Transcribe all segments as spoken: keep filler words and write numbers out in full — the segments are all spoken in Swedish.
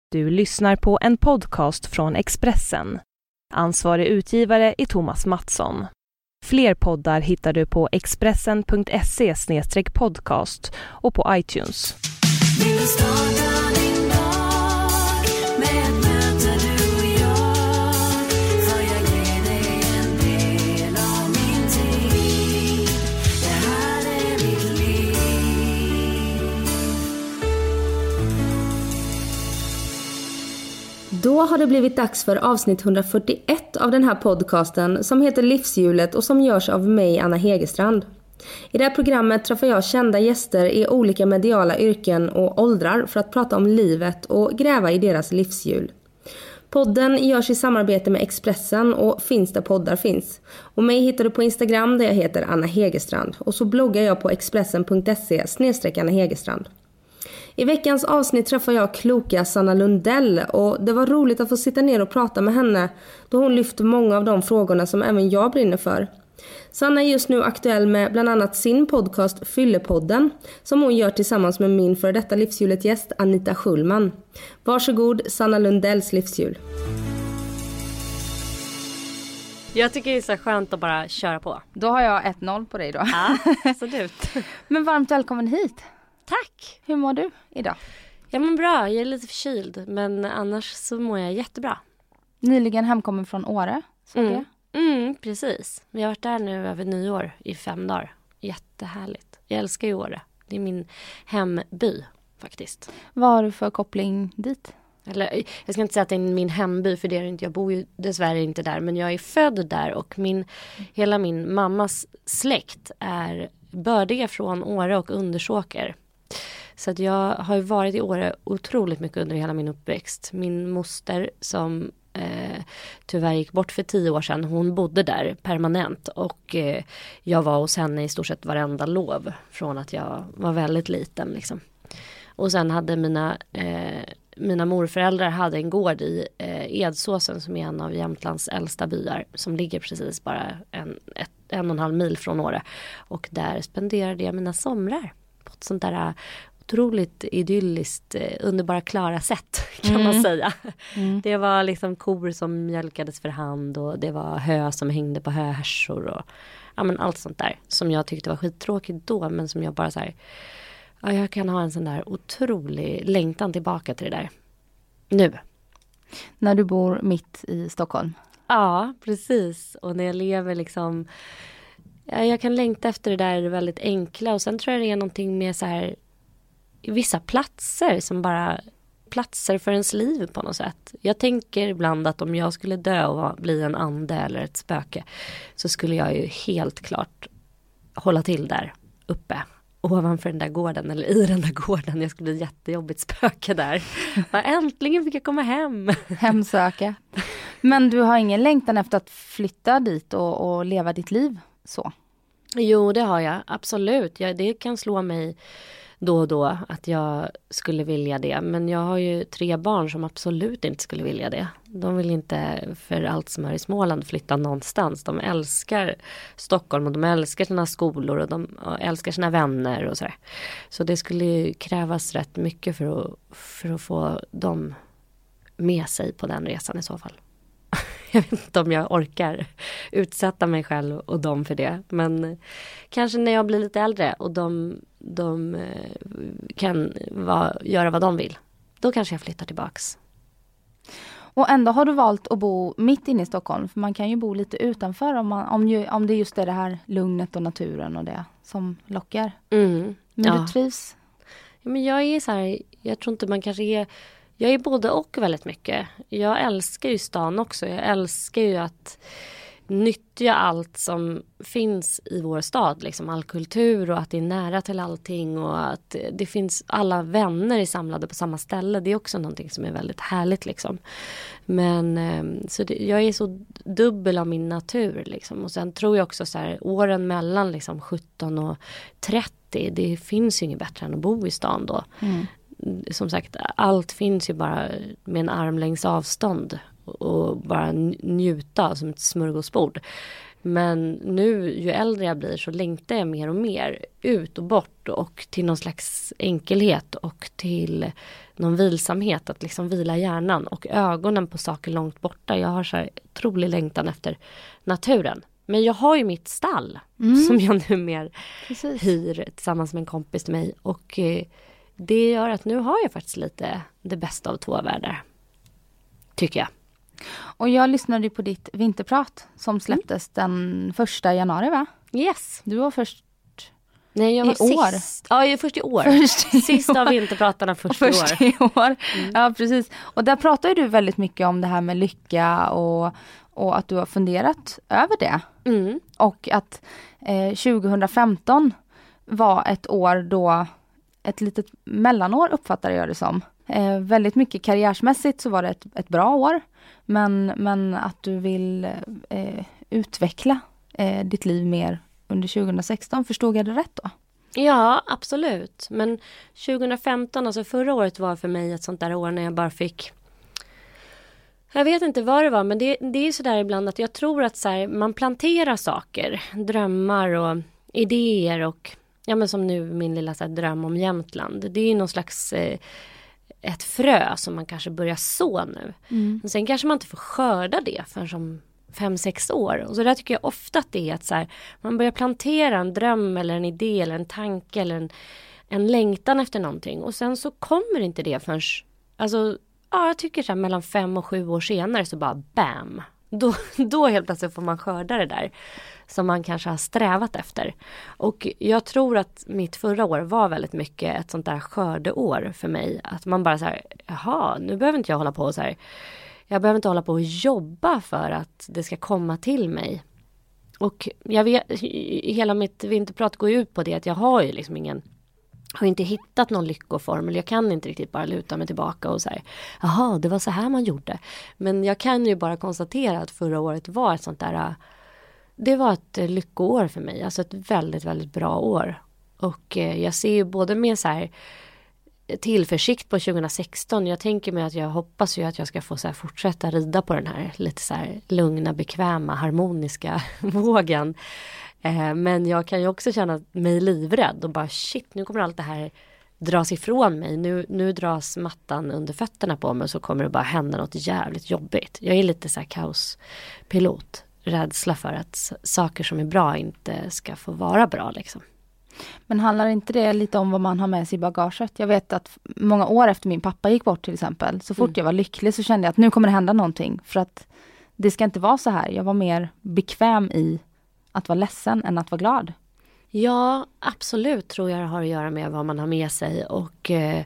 Du lyssnar på en podcast från Expressen. Ansvarig utgivare är Thomas Mattsson. Fler poddar hittar du på expressen punkt se slash podcast och på iTunes. Vill du starta din dag med ett möte du och jag? För jag ger dig en del av min tid. Det här är mitt liv. Då har det blivit dags för avsnitt hundrafyrtioett av den här podcasten som heter Livshjulet och som görs av mig, Anna Hegerstrand. I det här programmet träffar jag kända gäster i olika mediala yrken och åldrar för att prata om livet och gräva i deras livshjul. Podden görs i samarbete med Expressen och finns där poddar finns. Och mig hittar du på Instagram där jag heter Anna Hegerstrand och så bloggar jag på expressen punkt se slash Anna Hegerstrand. I veckans avsnitt träffar jag kloka Sanna Lundell och det var roligt att få sitta ner och prata med henne då hon lyfter många av de frågorna som även jag brinner för. Sanna är just nu aktuell med bland annat sin podcast Fyllepodden som hon gör tillsammans med min för detta livshjulet-gäst Anita Schulman. Varsågod Sanna Lundells livshjul. Jag tycker det är så skönt att bara köra på. Då har jag ett noll på dig då. Ja, absolut. Men varmt välkommen hit. Tack. Hur mår du idag? Jag mår bra, jag är lite förkyld. Men annars så mår jag jättebra. Nyligen hemkommen från Åre, såg Mm. jag. Mm, precis. Vi har varit där nu över nyår i fem dagar. Jättehärligt. Jag älskar ju Åre. Det är min hemby faktiskt. Vad har du för koppling dit? Eller, jag ska inte säga att det är min hemby för det är det inte. Jag bor ju dessvärre inte där. Men jag är född där och min, hela min mammas släkt är bördiga från Åre och Undersåker. Så att jag har ju varit i Åre otroligt mycket under hela min uppväxt. Min moster som eh, tyvärr gick bort för tio år sedan. Hon bodde där permanent. Och eh, jag var hos henne i stort sett varenda lov. Från att jag var väldigt liten liksom. Och sen hade mina, eh, mina morföräldrar hade en gård i eh, Edsåsen som är en av Jämtlands äldsta byar. Som ligger precis bara en, ett, en och en halv mil från Åre. Och där spenderade jag mina somrar på ett sånt där otroligt idylliskt, underbara klara sätt kan mm. man säga. Mm. Det var liksom kor som mjölkades för hand och det var hö som hängde på höhärsor och ja, men allt sånt där som jag tyckte var skittråkigt då men som jag bara så här, ja, jag kan ha en sån där otrolig längtan tillbaka till det där nu. När du bor mitt i Stockholm? Ja, precis. Och när jag lever liksom, ja, jag kan längta efter det där väldigt enkla och sen tror jag det är någonting med så här vissa platser som bara platser för ens liv på något sätt. Jag tänker ibland att om jag skulle dö och bli en ande eller ett spöke så skulle jag ju helt klart hålla till där uppe ovanför den där gården eller i den där gården. Jag skulle bli jättejobbigt spöke där. Och äntligen fick jag komma hem. Hemsöka. Men du har ingen längtan efter att flytta dit och, och leva ditt liv så? Jo, det har jag. Absolut. Jag, det kan slå mig då och då att jag skulle vilja det. Men jag har ju tre barn som absolut inte skulle vilja det. De vill inte för allt som är i Småland flytta någonstans. De älskar Stockholm och de älskar sina skolor och de älskar sina vänner och sådär. Så det skulle ju krävas rätt mycket för att, för att få dem med sig på den resan i så fall. Jag vet inte om jag orkar utsätta mig själv och dem för det. Men kanske när jag blir lite äldre och de, de kan va, göra vad de vill. Då kanske jag flyttar tillbaks. Och ändå har du valt att bo mitt inne i Stockholm. För man kan ju bo lite utanför om, man, om, ju, om det just är det här lugnet och naturen och det som lockar. Mm, Men ja. du trivs? Ja, men jag är så här, jag tror inte man kanske är... Jag är både och väldigt mycket. Jag älskar ju stan också. Jag älskar ju att nyttja allt som finns i vår stad. Liksom all kultur och att det är nära till allting. Och att det finns alla vänner samlade på samma ställe. Det är också någonting som är väldigt härligt liksom. Men så det, jag är så dubbel av min natur liksom. Och sen tror jag också så här, åren mellan liksom sjutton och trettio. Det finns ju inget bättre än att bo i stan då. Mm. Som sagt, allt finns ju bara med en armlängds avstånd och bara njuta som ett smörgåsbord. Men nu ju äldre jag blir så längtar jag mer och mer ut och bort och till någon slags enkelhet och till någon vilsamhet, att liksom vila hjärnan och ögonen på saker långt borta. Jag har så här otrolig längtan efter naturen. Men jag har ju mitt stall Mm. som jag nu mer Precis. hyr tillsammans med en kompis till mig. Och eh, det gör att nu har jag faktiskt lite det bästa av två världar. Tycker jag. Och jag lyssnade ju på ditt vinterprat som släpptes mm. den första januari, va? Yes. Du var först Nej, jag var i år. sist. Ja, jag är först i år. Först i Sist av år. vinterpratarna först, först i år. i år. Mm. Ja, precis. Och där pratar ju du väldigt mycket om det här med lycka och, och att du har funderat över det. Mm. Och att eh, tjugohundrafemton var ett år då, ett litet mellanår uppfattar jag det som. Eh, väldigt mycket karriärsmässigt så var det ett, ett bra år. Men, men att du vill eh, utveckla eh, ditt liv mer under tjugohundrasexton, förstod jag det rätt då? Ja, absolut. Men tjugohundrafemton, alltså förra året var för mig ett sånt där år när jag bara fick... Jag vet inte vad det var, men det, det är så där ibland att jag tror att så här, man planterar saker, drömmar och idéer och ja, men som nu min lilla så här, dröm om Jämtland. Det är någon slags eh, ett frö som man kanske börjar så nu. Mm. Men sen kanske man inte får skörda det förrän som fem, sex år. Och så där tycker jag ofta att det är att så här, man börjar plantera en dröm eller en idé eller en tanke eller en, en längtan efter någonting. Och sen så kommer inte det förrän, alltså ja, jag tycker så här, mellan fem och sju år senare så bara bam. Då, då helt plötsligt får man skörda det där som man kanske har strävat efter. Och jag tror att mitt förra år var väldigt mycket ett sånt där skördeår för mig. Att man bara så här, jaha, nu behöver inte jag hålla på så här. Jag behöver inte hålla på och jobba för att det ska komma till mig. Och jag vet, hela mitt vinterprat går ut på det att jag har ju liksom ingen, har inte hittat någon lyckoformel. Jag kan inte riktigt bara luta mig tillbaka och säga, jaha, det var så här man gjorde. Men jag kan ju bara konstatera att förra året var ett sånt där, det var ett lyckoår för mig. Alltså ett väldigt, väldigt bra år. Och jag ser ju både med så här tillförsikt på tjugohundrasexton. Jag tänker mig att jag hoppas ju att jag ska få så här fortsätta rida på den här lite så här lugna, bekväma, harmoniska vågen. Eh, men jag kan ju också känna mig livrädd och bara shit, nu kommer allt det här dras ifrån mig. Nu, nu dras mattan under fötterna på mig och så kommer det bara hända något jävligt jobbigt. Jag är lite så här kaospilot. Rädsla för att s- saker som är bra inte ska få vara bra liksom. Men handlar inte det lite om vad man har med sig i bagaget? Jag vet att många år efter min pappa gick bort till exempel, så fort mm. jag var lycklig så kände jag att nu kommer det hända någonting. För att det ska inte vara så här. Jag var mer bekväm i att vara ledsen än att vara glad. Ja, absolut tror jag det har att göra med vad man har med sig. Och eh,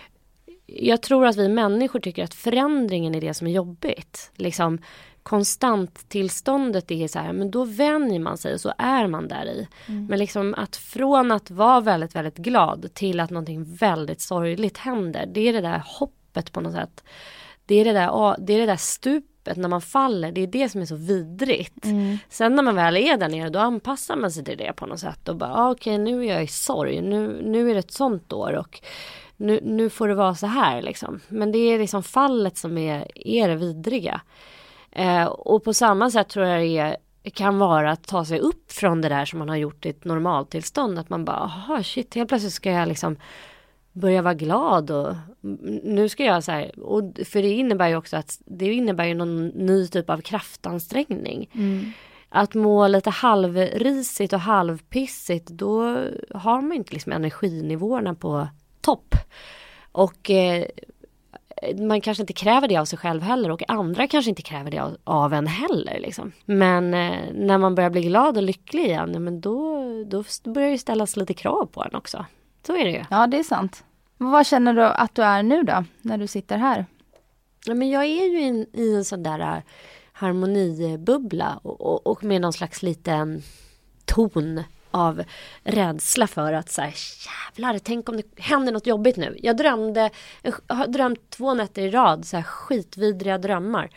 jag tror att vi människor tycker att förändringen är det som är jobbigt. Liksom konstant tillståndet är så här, men då vänjer man sig och så är man där i. Mm. Men liksom att från att vara väldigt, väldigt glad till att någonting väldigt sorgligt händer. Det är det där hoppet på något sätt. Det är det där, det är det där stupet när man faller. Det är det som är så vidrigt. Mm. Sen när man väl är där nere, då anpassar man sig till det på något sätt. Och bara, ah, okej, okay, nu är jag i sorg. Nu, nu är det ett sånt år och nu, nu får det vara så här liksom. Men det är liksom fallet som är, är det vidriga. Eh, och på samma sätt tror jag det är, kan vara att ta sig upp från det där som man har gjort i ett normaltillstånd. Att man bara, aha shit, helt plötsligt ska jag liksom börja vara glad och nu ska jag så här, och för det innebär ju också att det innebär ju någon ny typ av kraftansträngning. Mm. Att må lite halvrisigt och halvpissigt, då har man inte liksom energinivåerna på topp. Och eh, man kanske inte kräver det av sig själv heller och andra kanske inte kräver det av, av en heller liksom. Men eh, när man börjar bli glad och lycklig igen, men då, då börjar det ställas lite krav på en också. Så är det ju. Ja, det är sant. Vad känner du att du är nu då, när du sitter här? Ja, men jag är ju in, i en sån där uh, harmonibubbla och, och, och med någon slags liten ton av rädsla för att så här, jävlar, tänk om det händer något jobbigt nu. Jag drömde, jag har drömt två nätter i rad, så här skitvidriga drömmar.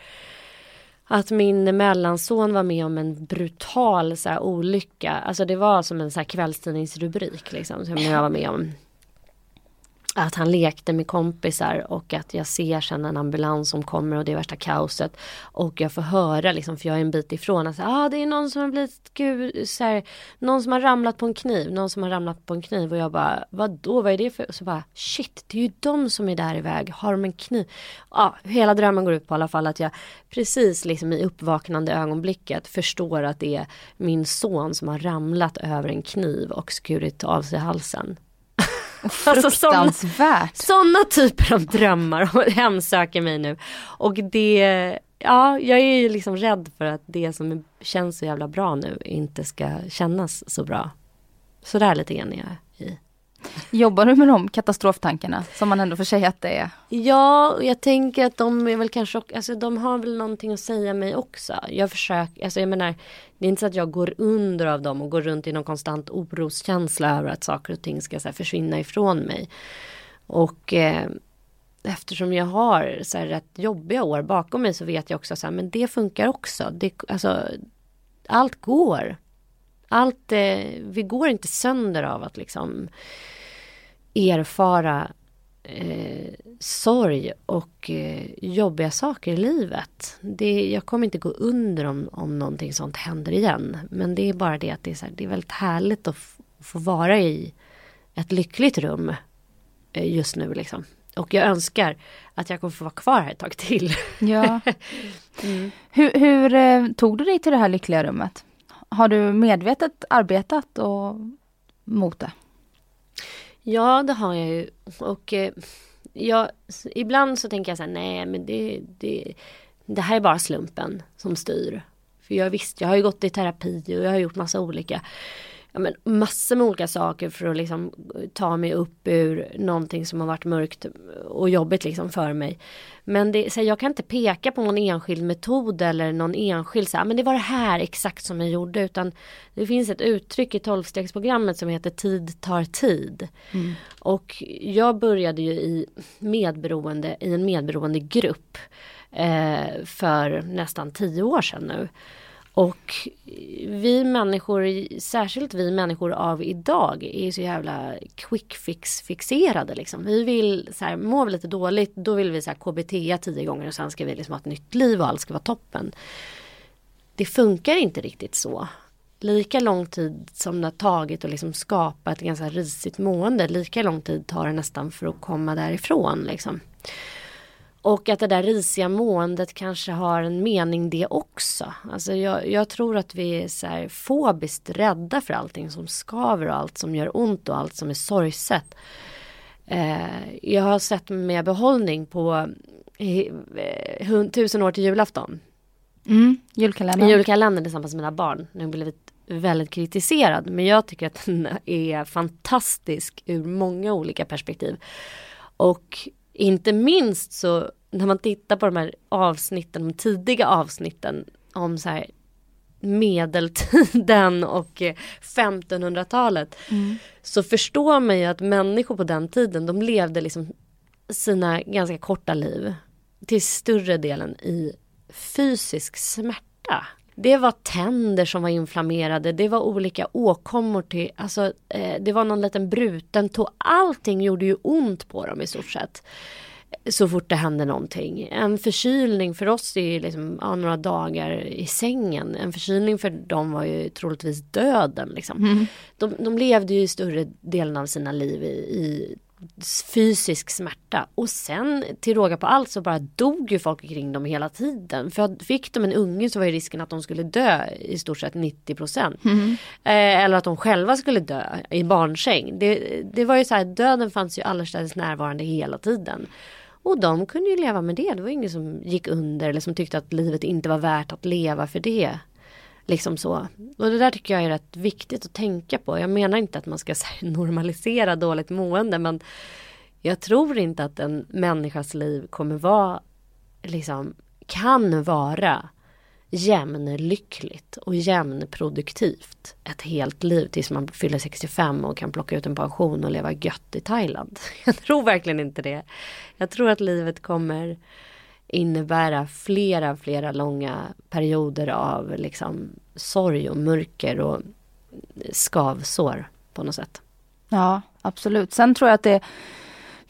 Att min mellanson var med om en brutal så här, olycka. Alltså det var som en så här, kvällstidningsrubrik liksom, som jag var med om. att han lekte med kompisar och att jag ser sen en ambulans som kommer och det är värsta kaoset. Och jag får höra, liksom, för jag är en bit ifrån, att ah, det är någon som har blivit, gud, så här, någon som har ramlat på en kniv, någon som har ramlat på en kniv. Och jag bara, vadå, vad är det för? Och så bara, shit, det är ju de som är där iväg, har de en kniv? Ja, hela drömmen går ut på i alla fall att jag precis liksom i uppvaknande ögonblicket förstår att det är min son som har ramlat över en kniv och skurit av sig halsen. Fruktansvärt. Alltså, sådana typer av drömmar hemsöker mig nu. Och det, ja, jag är ju liksom rädd för att det som känns så jävla bra nu inte ska kännas så bra. Så där lite grann är jag i. Jobbar du med de katastroftankarna som man ändå får säga att det är? Ja, jag tänker att de är väl kanske, alltså de har väl någonting att säga mig också. Jag försöker, alltså jag menar, det är inte så att jag går under av dem och går runt i någon konstant oroskänsla över att saker och ting ska så här försvinna ifrån mig. Och eh, eftersom jag har så här rätt jobbiga år bakom mig så vet jag också så här, men det funkar också. Det, alltså, allt går. Allt, eh, vi går inte sönder av att liksom erfara eh, sorg och eh, jobbiga saker i livet. Det, jag kommer inte gå under om, om någonting sånt händer igen. Men det är bara det att det är, så här, det är väldigt härligt att f- få vara i ett lyckligt rum eh, just nu liksom. Och jag önskar att jag kommer få vara kvar här ett tag till. Ja. mm. Hur, hur eh, tog du dig till det här lyckliga rummet? Har du medvetet arbetat och mot det? Ja, det har jag ju. Och eh, jag, ibland så tänker jag så här, nej men det, det, det här är bara slumpen som styr. För jag visst, jag har ju gått i terapi och jag har gjort massa olika, ja men massor med olika saker för att liksom ta mig upp ur någonting som har varit mörkt och jobbigt liksom för mig. Men det, så jag kan inte peka på någon enskild metod eller någon enskild så här, men det var det här exakt som jag gjorde, utan det finns ett uttryck i tolvstegsprogrammet som heter tid tar tid. Mm. Och jag började ju i medberoende i en medberoende grupp eh, för nästan tio år sedan nu. Och vi människor, särskilt vi människor av idag, är så jävla quick fix fixerade liksom. Vi vill så här, må lite dåligt, då vill vi så här K B T tio gånger och sen ska vi liksom ha ett nytt liv och allt ska vara toppen. Det funkar inte riktigt så. Lika lång tid som det har tagit att liksom skapa ett ganska risigt mående, lika lång tid tar det nästan för att komma därifrån liksom. Och att det där risiga måendet kanske har en mening det också. Alltså jag, jag tror att vi är så här fobiskt rädda för allting som skaver och allt som gör ont och allt som är sorgset. Eh, jag har sett med behållning på eh, tusen år till julafton. Mm, julkalendern. Julkalendern tillsammans med mina barn. Den har blivit väldigt kritiserad. Men jag tycker att den är fantastisk ur många olika perspektiv. Och inte minst så när man tittar på de här avsnitten, de tidiga avsnitten om så här medeltiden och femtonhundratalet mm. så förstår man ju att människor på den tiden, de levde liksom sina ganska korta liv till större delen i fysisk smärta. Det var tänder som var inflammerade, det var olika åkommor till, alltså eh, det var någon liten bruten tå. Allting gjorde ju ont på dem i stort sett. Så fort det hände någonting. En förkylning för oss är ju liksom ja, några dagar i sängen. En förkylning för dem var ju troligtvis döden liksom. Mm. De, de levde ju i större delen av sina liv i, i fysisk smärta. Och sen till råga på allt så bara dog ju folk kring dem hela tiden. För fick de en unge så var ju risken att de skulle dö i stort sett nittio procent. Mm. Eh, eller att de själva skulle dö i barnsäng. Det, det var ju så här, döden fanns ju allestädes närvarande hela tiden. Och de kunde ju leva med det. Det var ingen som gick under eller som tyckte att livet inte var värt att leva för det. Liksom så. Och det där tycker jag är rätt viktigt att tänka på. Jag menar inte att man ska här, normalisera dåligt mående, men jag tror inte att en människas liv kommer vara, liksom, kan vara jämnlyckligt och jämnproduktivt ett helt liv tills man fyller sextiofem och kan plocka ut en pension och leva gött i Thailand. Jag tror verkligen inte det. Jag tror att livet kommer innebära flera, flera långa perioder av liksom sorg och mörker och skavsår på något sätt. Ja, absolut. Sen tror jag att det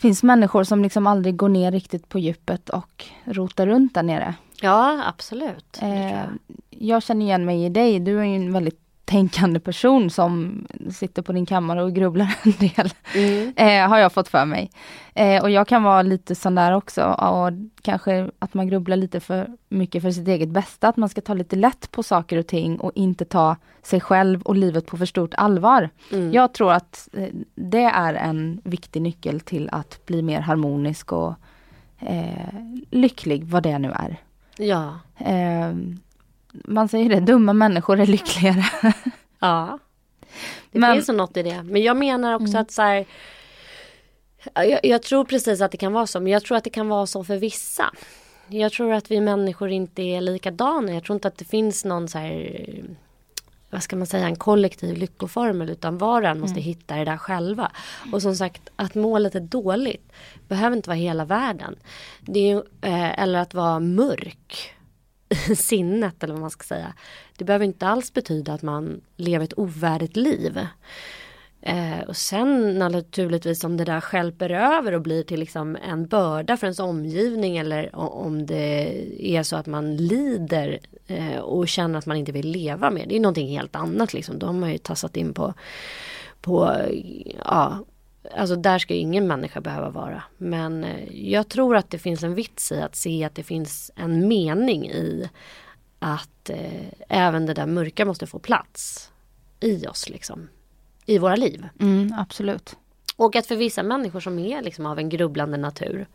finns människor som liksom aldrig går ner riktigt på djupet och rotar runt där nere. Ja, absolut. Det tror Eh, jag. jag känner igen mig i dig. Du är ju en väldigt tänkande person som sitter på din kammare och grubblar en del. Mm. Eh, har jag fått för mig. Eh, och jag kan vara lite sån där också. Och kanske att man grubblar lite för mycket för sitt eget bästa. Att man ska ta lite lätt på saker och ting och inte ta sig själv och livet på för stort allvar. Mm. Jag tror att eh, det är en viktig nyckel till att bli mer harmonisk och eh, lycklig, vad det nu är. Ja. Eh, man säger det, dumma människor är lyckligare. Ja. Det Men- finns ju något i det. Men jag menar också Mm. att så här, jag, jag tror precis att det kan vara så. Men jag tror att det kan vara så för vissa. Jag tror att vi människor inte är likadana. Jag tror inte att det finns någon så här, vad ska man säga, en kollektiv lyckoformel. Utan var och en måste Mm. hitta det där själva. Och som sagt, att målet är dåligt behöver inte vara hela världen. Det är, ju, eh, eller att vara mörk i sinnet, eller vad man ska säga. Det behöver inte alls betyda att man lever ett ovärdigt liv. Eh, och sen naturligtvis om det där skälper över och blir till liksom en börda för ens omgivning, eller o- om det är så att man lider eh, och känner att man inte vill leva med. Det är någonting helt annat liksom. Då har man ju tassat in på, på ja, alltså där ska ju ingen människa behöva vara. Men eh, jag tror att det finns en vits i att se att det finns en mening i att eh, även det där mörka måste få plats i oss liksom. I våra liv. Mm, absolut. Och att för vissa människor som är liksom av en grubblande natur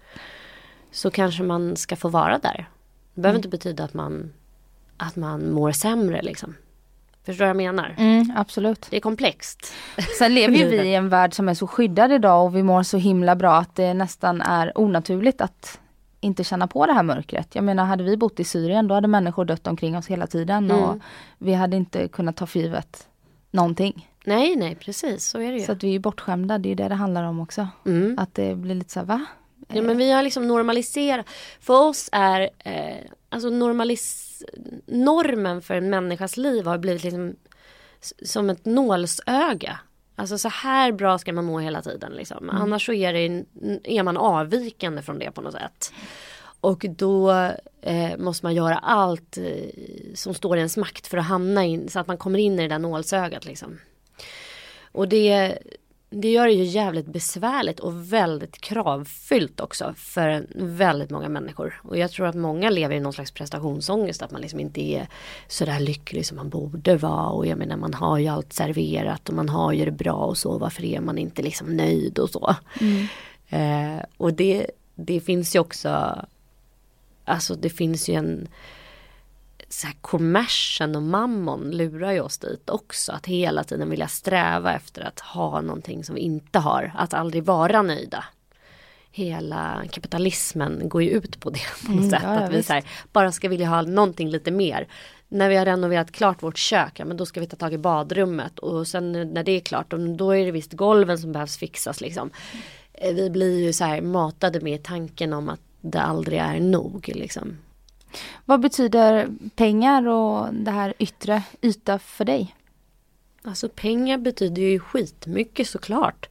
så kanske man ska få vara där. Det behöver Mm. inte betyda att man, att man mår sämre liksom. Förstår du vad jag menar? Mm, absolut. Det är komplext. Sen lever ju vi i en värld som är så skyddad idag och vi mår så himla bra att det nästan är onaturligt att inte känna på det här mörkret. Jag menar, hade vi bott i Syrien då hade människor dött omkring oss hela tiden Mm. och vi hade inte kunnat ta för givet någonting. Nej, nej, precis. Så är det ju. Så att vi är bortskämda, det är ju det det handlar om också. Mm. Att det blir lite så här, va? Ja, men vi har liksom normaliserat. För oss är eh, alltså normalis normen för en människas liv har blivit liksom s- som ett nålsöga. Alltså så här bra ska man må hela tiden liksom. Mm. Annars så är, det, är man avvikande från det på något sätt. Och då eh, måste man göra allt eh, som står i ens makt för att hamna in, så att man kommer in i det där nålsögat liksom. Och det, det gör det ju jävligt besvärligt och väldigt kravfyllt också för väldigt många människor. Och jag tror att många lever i någon slags prestationsångest, att man liksom inte är så där lycklig som man borde vara. Och jag menar, man har ju allt serverat och man har ju det bra och så, varför är man inte liksom nöjd och så. Mm. Eh, och det, det finns ju också, alltså det finns ju en så här, kommersen och mammon lurar ju oss dit också. Att hela tiden vilja sträva efter att ha någonting som vi inte har. Att aldrig vara nöjda. Hela kapitalismen går ju ut på det på något Mm, sätt. ja, ja, att vi visst. så här, bara ska vilja ha någonting lite mer. När vi har renoverat klart vårt kök, ja, men då ska vi ta tag i badrummet. Och sen när det är klart, då är det visst golven som behövs fixas liksom. Eh, Vi blir ju så här matade med tanken om att det aldrig är nog liksom. Vad betyder pengar och det här yttre yta för dig? Alltså pengar betyder ju skitmycket såklart.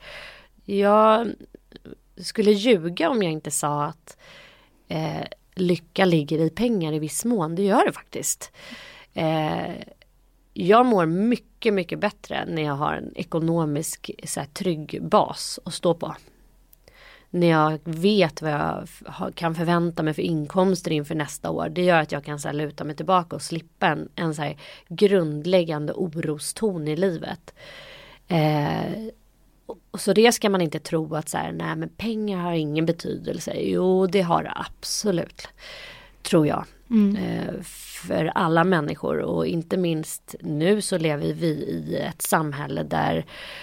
Jag skulle ljuga om jag inte sa att eh, lycka ligger i pengar i viss mån. Det gör det faktiskt. Eh, jag mår mycket, mycket bättre när jag har en ekonomisk så här, trygg bas att stå på. När jag vet vad jag f- har- kan förvänta mig för inkomster inför nästa år. Det gör att jag kan så här, luta mig tillbaka och slippa en, en så här, grundläggande oroston i livet. Eh, och- och så det ska man inte tro att så här, nej men pengar har ingen betydelse. Jo, det har det absolut, tror jag. Mm. Eh, för alla människor, och inte minst nu så lever vi i ett samhälle där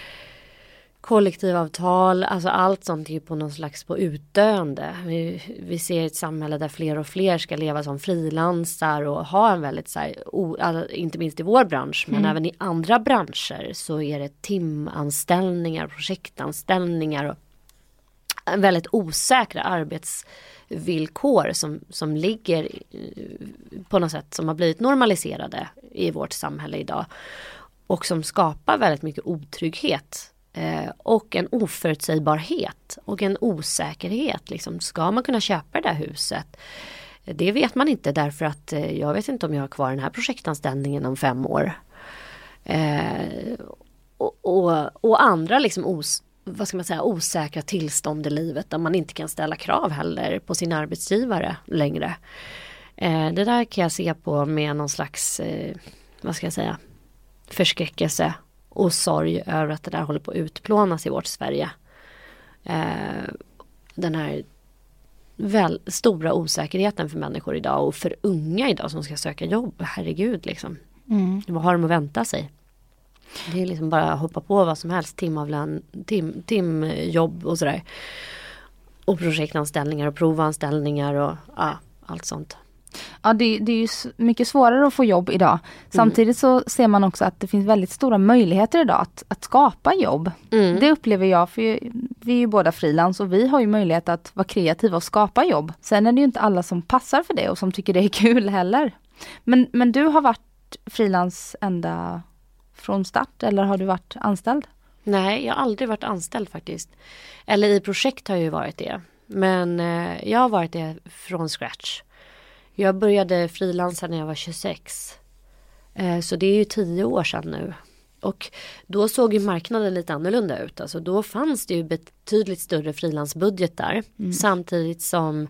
kollektivavtal, alltså allt sånt är på någon slags på utdöende. Vi, vi ser ett samhälle där fler och fler ska leva som frilansar och ha en väldigt så här, o, alltså, inte minst i vår bransch, men Mm. även i andra branscher så är det timanställningar, projektanställningar och väldigt osäkra arbetsvillkor som, som ligger eh, på något sätt, som har blivit normaliserade i vårt samhälle idag och som skapar väldigt mycket otrygghet Eh, och en oförutsägbarhet och en osäkerhet. Liksom. Ska man kunna köpa det där huset? Det vet man inte därför att eh, jag vet inte om jag har kvar den här projektanställningen om fem år. Eh, och, och, och andra liksom os, vad ska man säga, osäkra tillstånd i livet där man inte kan ställa krav heller på sin arbetsgivare längre. Eh, det där kan jag se på med någon slags, eh, vad ska jag säga, förskräckelse och sorg över att det där håller på att utplånas i vårt Sverige. Eh, den här väl, stora osäkerheten för människor idag och för unga idag som ska söka jobb. Herregud liksom. Mm. Vad har de att vänta sig? Det är liksom bara att hoppa på vad som helst. Timavlön, tim, timjobb och sådär. Och projektanställningar och provanställningar och ja, allt sånt. Ja, det, det är ju mycket svårare att få jobb idag. Samtidigt så ser man också att det finns väldigt stora möjligheter idag att, att skapa jobb. Mm. Det upplever jag, för vi är ju båda frilans och vi har ju möjlighet att vara kreativa och skapa jobb. Sen är det ju inte alla som passar för det och som tycker det är kul heller. Men, men du har varit frilans ända från start eller har du varit anställd? Nej, jag har aldrig varit anställd faktiskt. Eller i projekt har jag ju varit det. Men eh, jag har varit det från scratch. Jag började frilansa när jag var tjugosex. Eh, så det är ju tio år sedan nu. Och då såg ju marknaden lite annorlunda ut. Alltså då fanns det ju betydligt större frilansbudgetar. Mm. Samtidigt som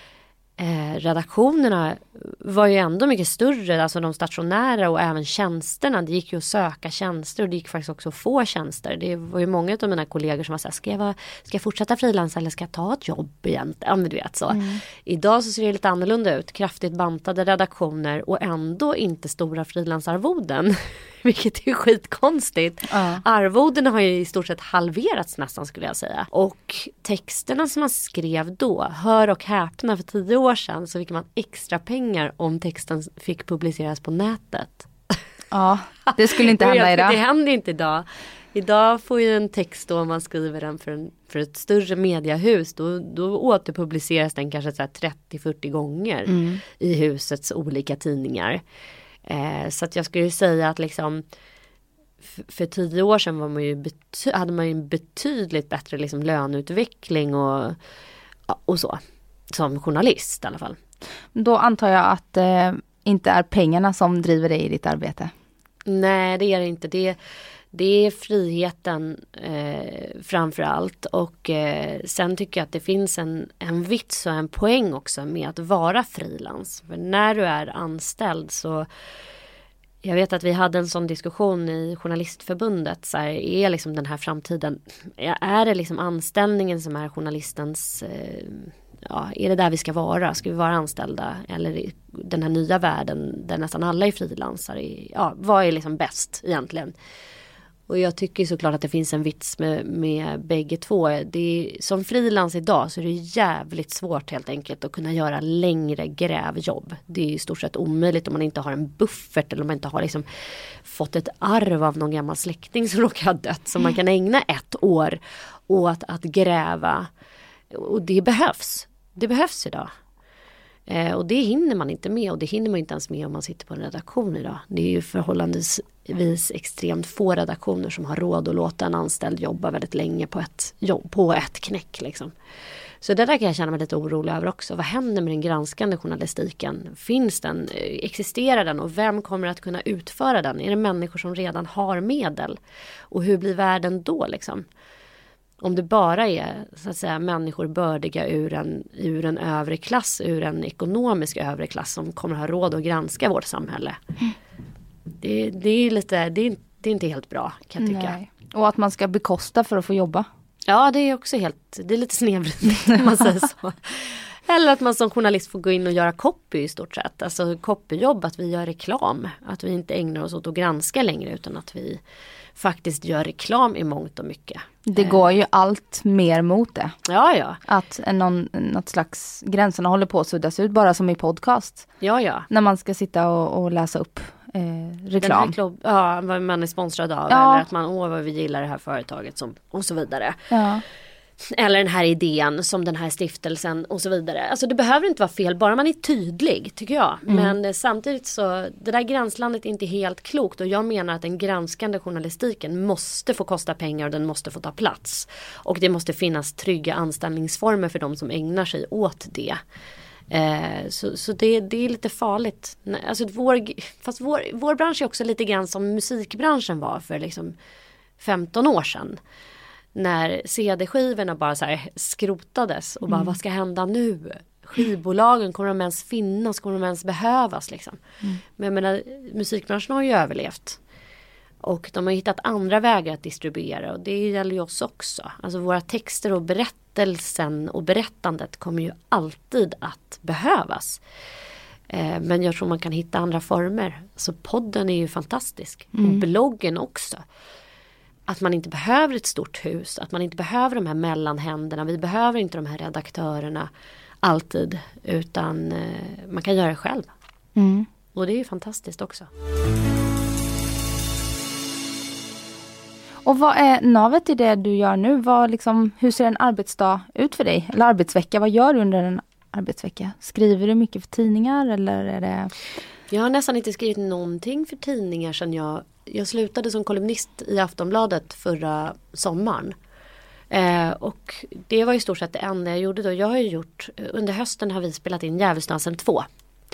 eh, redaktionerna var ju ändå mycket större. Alltså de stationära och även tjänsterna. Det gick ju att söka tjänster och det gick faktiskt också att få tjänster. Det var ju många av mina kollegor som var så här, ska jag, vara, ska jag fortsätta frilansa eller ska jag ta ett jobb igen? Ja, men du vet så. Mm. Idag så ser det lite annorlunda ut. Kraftigt bantade redaktioner och ändå inte stora frilansarvoden. Vilket är skitkonstigt. Uh. Arvodena har ju i stort sett halverats nästan skulle jag säga. Och texterna som man skrev då, hör och häpna för tio år sedan så fick man extra pengar om texten fick publiceras på nätet. Ja, det skulle inte hända idag. Det händer inte idag. Idag får ju en text då om man skriver den för, en, för ett större mediehus. Då, då återpubliceras den kanske så här trettio till fyrtio gånger mm. i husets olika tidningar. Eh, så att jag skulle säga att liksom f- för tio år sedan var man ju bety- hade man ju en betydligt bättre liksom löneutveckling och, och så. Som journalist i alla fall. Då antar jag att det eh, inte är pengarna som driver dig i ditt arbete. Nej, det är det inte. Det, det är friheten eh, framför allt. Och eh, sen tycker jag att det finns en, en vits och en poäng också med att vara frilans. För när du är anställd så... Jag vet att vi hade en sån diskussion i Journalistförbundet. Så här, är liksom den här framtiden... Är det liksom anställningen som är journalistens... Eh, ja, är det där vi ska vara? Ska vi vara anställda? Eller i den här nya världen där nästan alla är frilansare? Ja, vad är liksom bäst egentligen? Och jag tycker såklart att det finns en vits med, med bägge två. Det är, som frilans idag så är det jävligt svårt helt enkelt att kunna göra längre grävjobb. Det är i stort sett omöjligt om man inte har en buffert eller om man inte har liksom fått ett arv av någon gammal släkting som råkar ha dött. Så man kan ägna ett år åt att gräva. Och det behövs. Det behövs idag. Eh, och det hinner man inte med. Och det hinner man inte ens med om man sitter på en redaktion idag. Det är ju förhållandevis extremt få redaktioner som har råd att låta en anställd jobba väldigt länge på ett, jobb, på ett knäck. Liksom. Så det där kan jag känna mig lite orolig över också. Vad händer med den granskande journalistiken? Finns den? Existerar den? Och vem kommer att kunna utföra den? Är det människor som redan har medel? Och hur blir världen då liksom? Om det bara är så att säga, människor bördiga ur en, ur en övre klass, ur en ekonomisk övre klass som kommer ha råd att granska vårt samhälle. Det, det, är, lite, det, är, det är inte helt bra kan jag tycka. Nej. Och att man ska bekosta för att få jobba. Ja, det är också helt, det är lite snedvridet om man säger så. Eller att man som journalist får gå in och göra copy i stort sett. Alltså copyjobb, att vi gör reklam. Att vi inte ägnar oss åt att granska längre utan att vi faktiskt gör reklam i mångt och mycket. Det går ju allt mer mot det. Ja, ja. Att någon, något slags gränserna håller på att suddas ut bara som i podcast. Ja, ja. När man ska sitta och, och läsa upp eh, reklam. Klubb, ja, vad man är sponsrad av. Ja. Eller att man, åh vad vi gillar det här företaget som, och så vidare. Ja. Eller den här idén som den här stiftelsen och så vidare. Alltså det behöver inte vara fel, bara man är tydlig tycker jag. Mm. Men eh, samtidigt så, det där gränslandet är inte helt klokt. Och jag menar att den granskande journalistiken måste få kosta pengar och den måste få ta plats. Och det måste finnas trygga anställningsformer för de som ägnar sig åt det. Eh, så så det, det är lite farligt. Alltså vår, fast vår, vår bransch är också lite grann som musikbranschen var för liksom femton år sedan. När C D-skivorna bara så här skrotades och bara mm. vad ska hända nu? Skivbolagen, kommer de ens finnas? Kommer de ens behövas? Liksom? Mm. Men jag menar, musikbranschen har ju överlevt. Och de har hittat andra vägar att distribuera och det gäller ju oss också. Alltså våra texter och berättelsen och berättandet kommer ju alltid att behövas. Eh, men jag tror man kan hitta andra former. Så podden är ju fantastisk. Mm. Och bloggen också. Att man inte behöver ett stort hus. Att man inte behöver de här mellanhänderna. Vi behöver inte de här redaktörerna alltid. Utan eh, man kan göra det själv. Mm. Och det är ju fantastiskt också. Och vad är navet i det du gör nu? Vad liksom, hur ser en arbetsdag ut för dig? Eller arbetsvecka, vad gör du under en arbetsvecka? Skriver du mycket för tidningar eller är det... Jag har nästan inte skrivit någonting för tidningar sedan jag... Jag slutade som kolumnist i Aftonbladet förra sommaren. Eh, och det var i stort sett det enda jag gjorde då. Jag har ju gjort... Under hösten har vi spelat in Djävulsdansen två.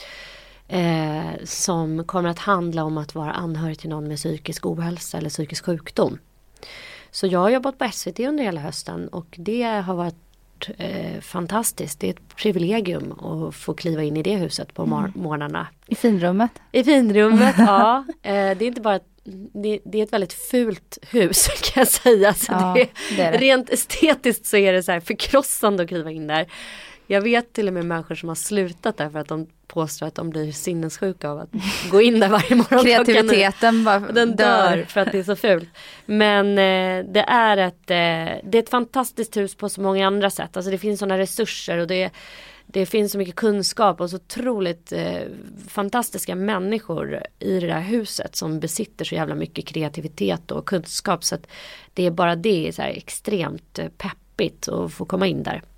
Eh, som kommer att handla om att vara anhörig till någon med psykisk ohälsa eller psykisk sjukdom. Så jag har jobbat på S V T under hela hösten och det har varit eh, fantastiskt. Det är ett privilegium att få kliva in i det huset på mor- morgnarna. I finrummet? I finrummet, ja. Eh, det är inte bara ett, det, det är ett väldigt fult hus kan jag säga. Så ja, det, det är det. Rent estetiskt så är det så här förkrossande att kliva in där. Jag vet till och med människor som har slutat där för att de påstår att de blir sinnessjuka av att gå in där varje morgon. Kreativiteten bara den dör. dör för att det är så fult. Men eh, det är ett eh, det är ett fantastiskt hus på så många andra sätt. Alltså det finns sådana resurser och det, det finns så mycket kunskap och så otroligt eh, fantastiska människor i det där huset som besitter så jävla mycket kreativitet och kunskap. Så att det är bara det är så här extremt eh, peppigt att få komma in där.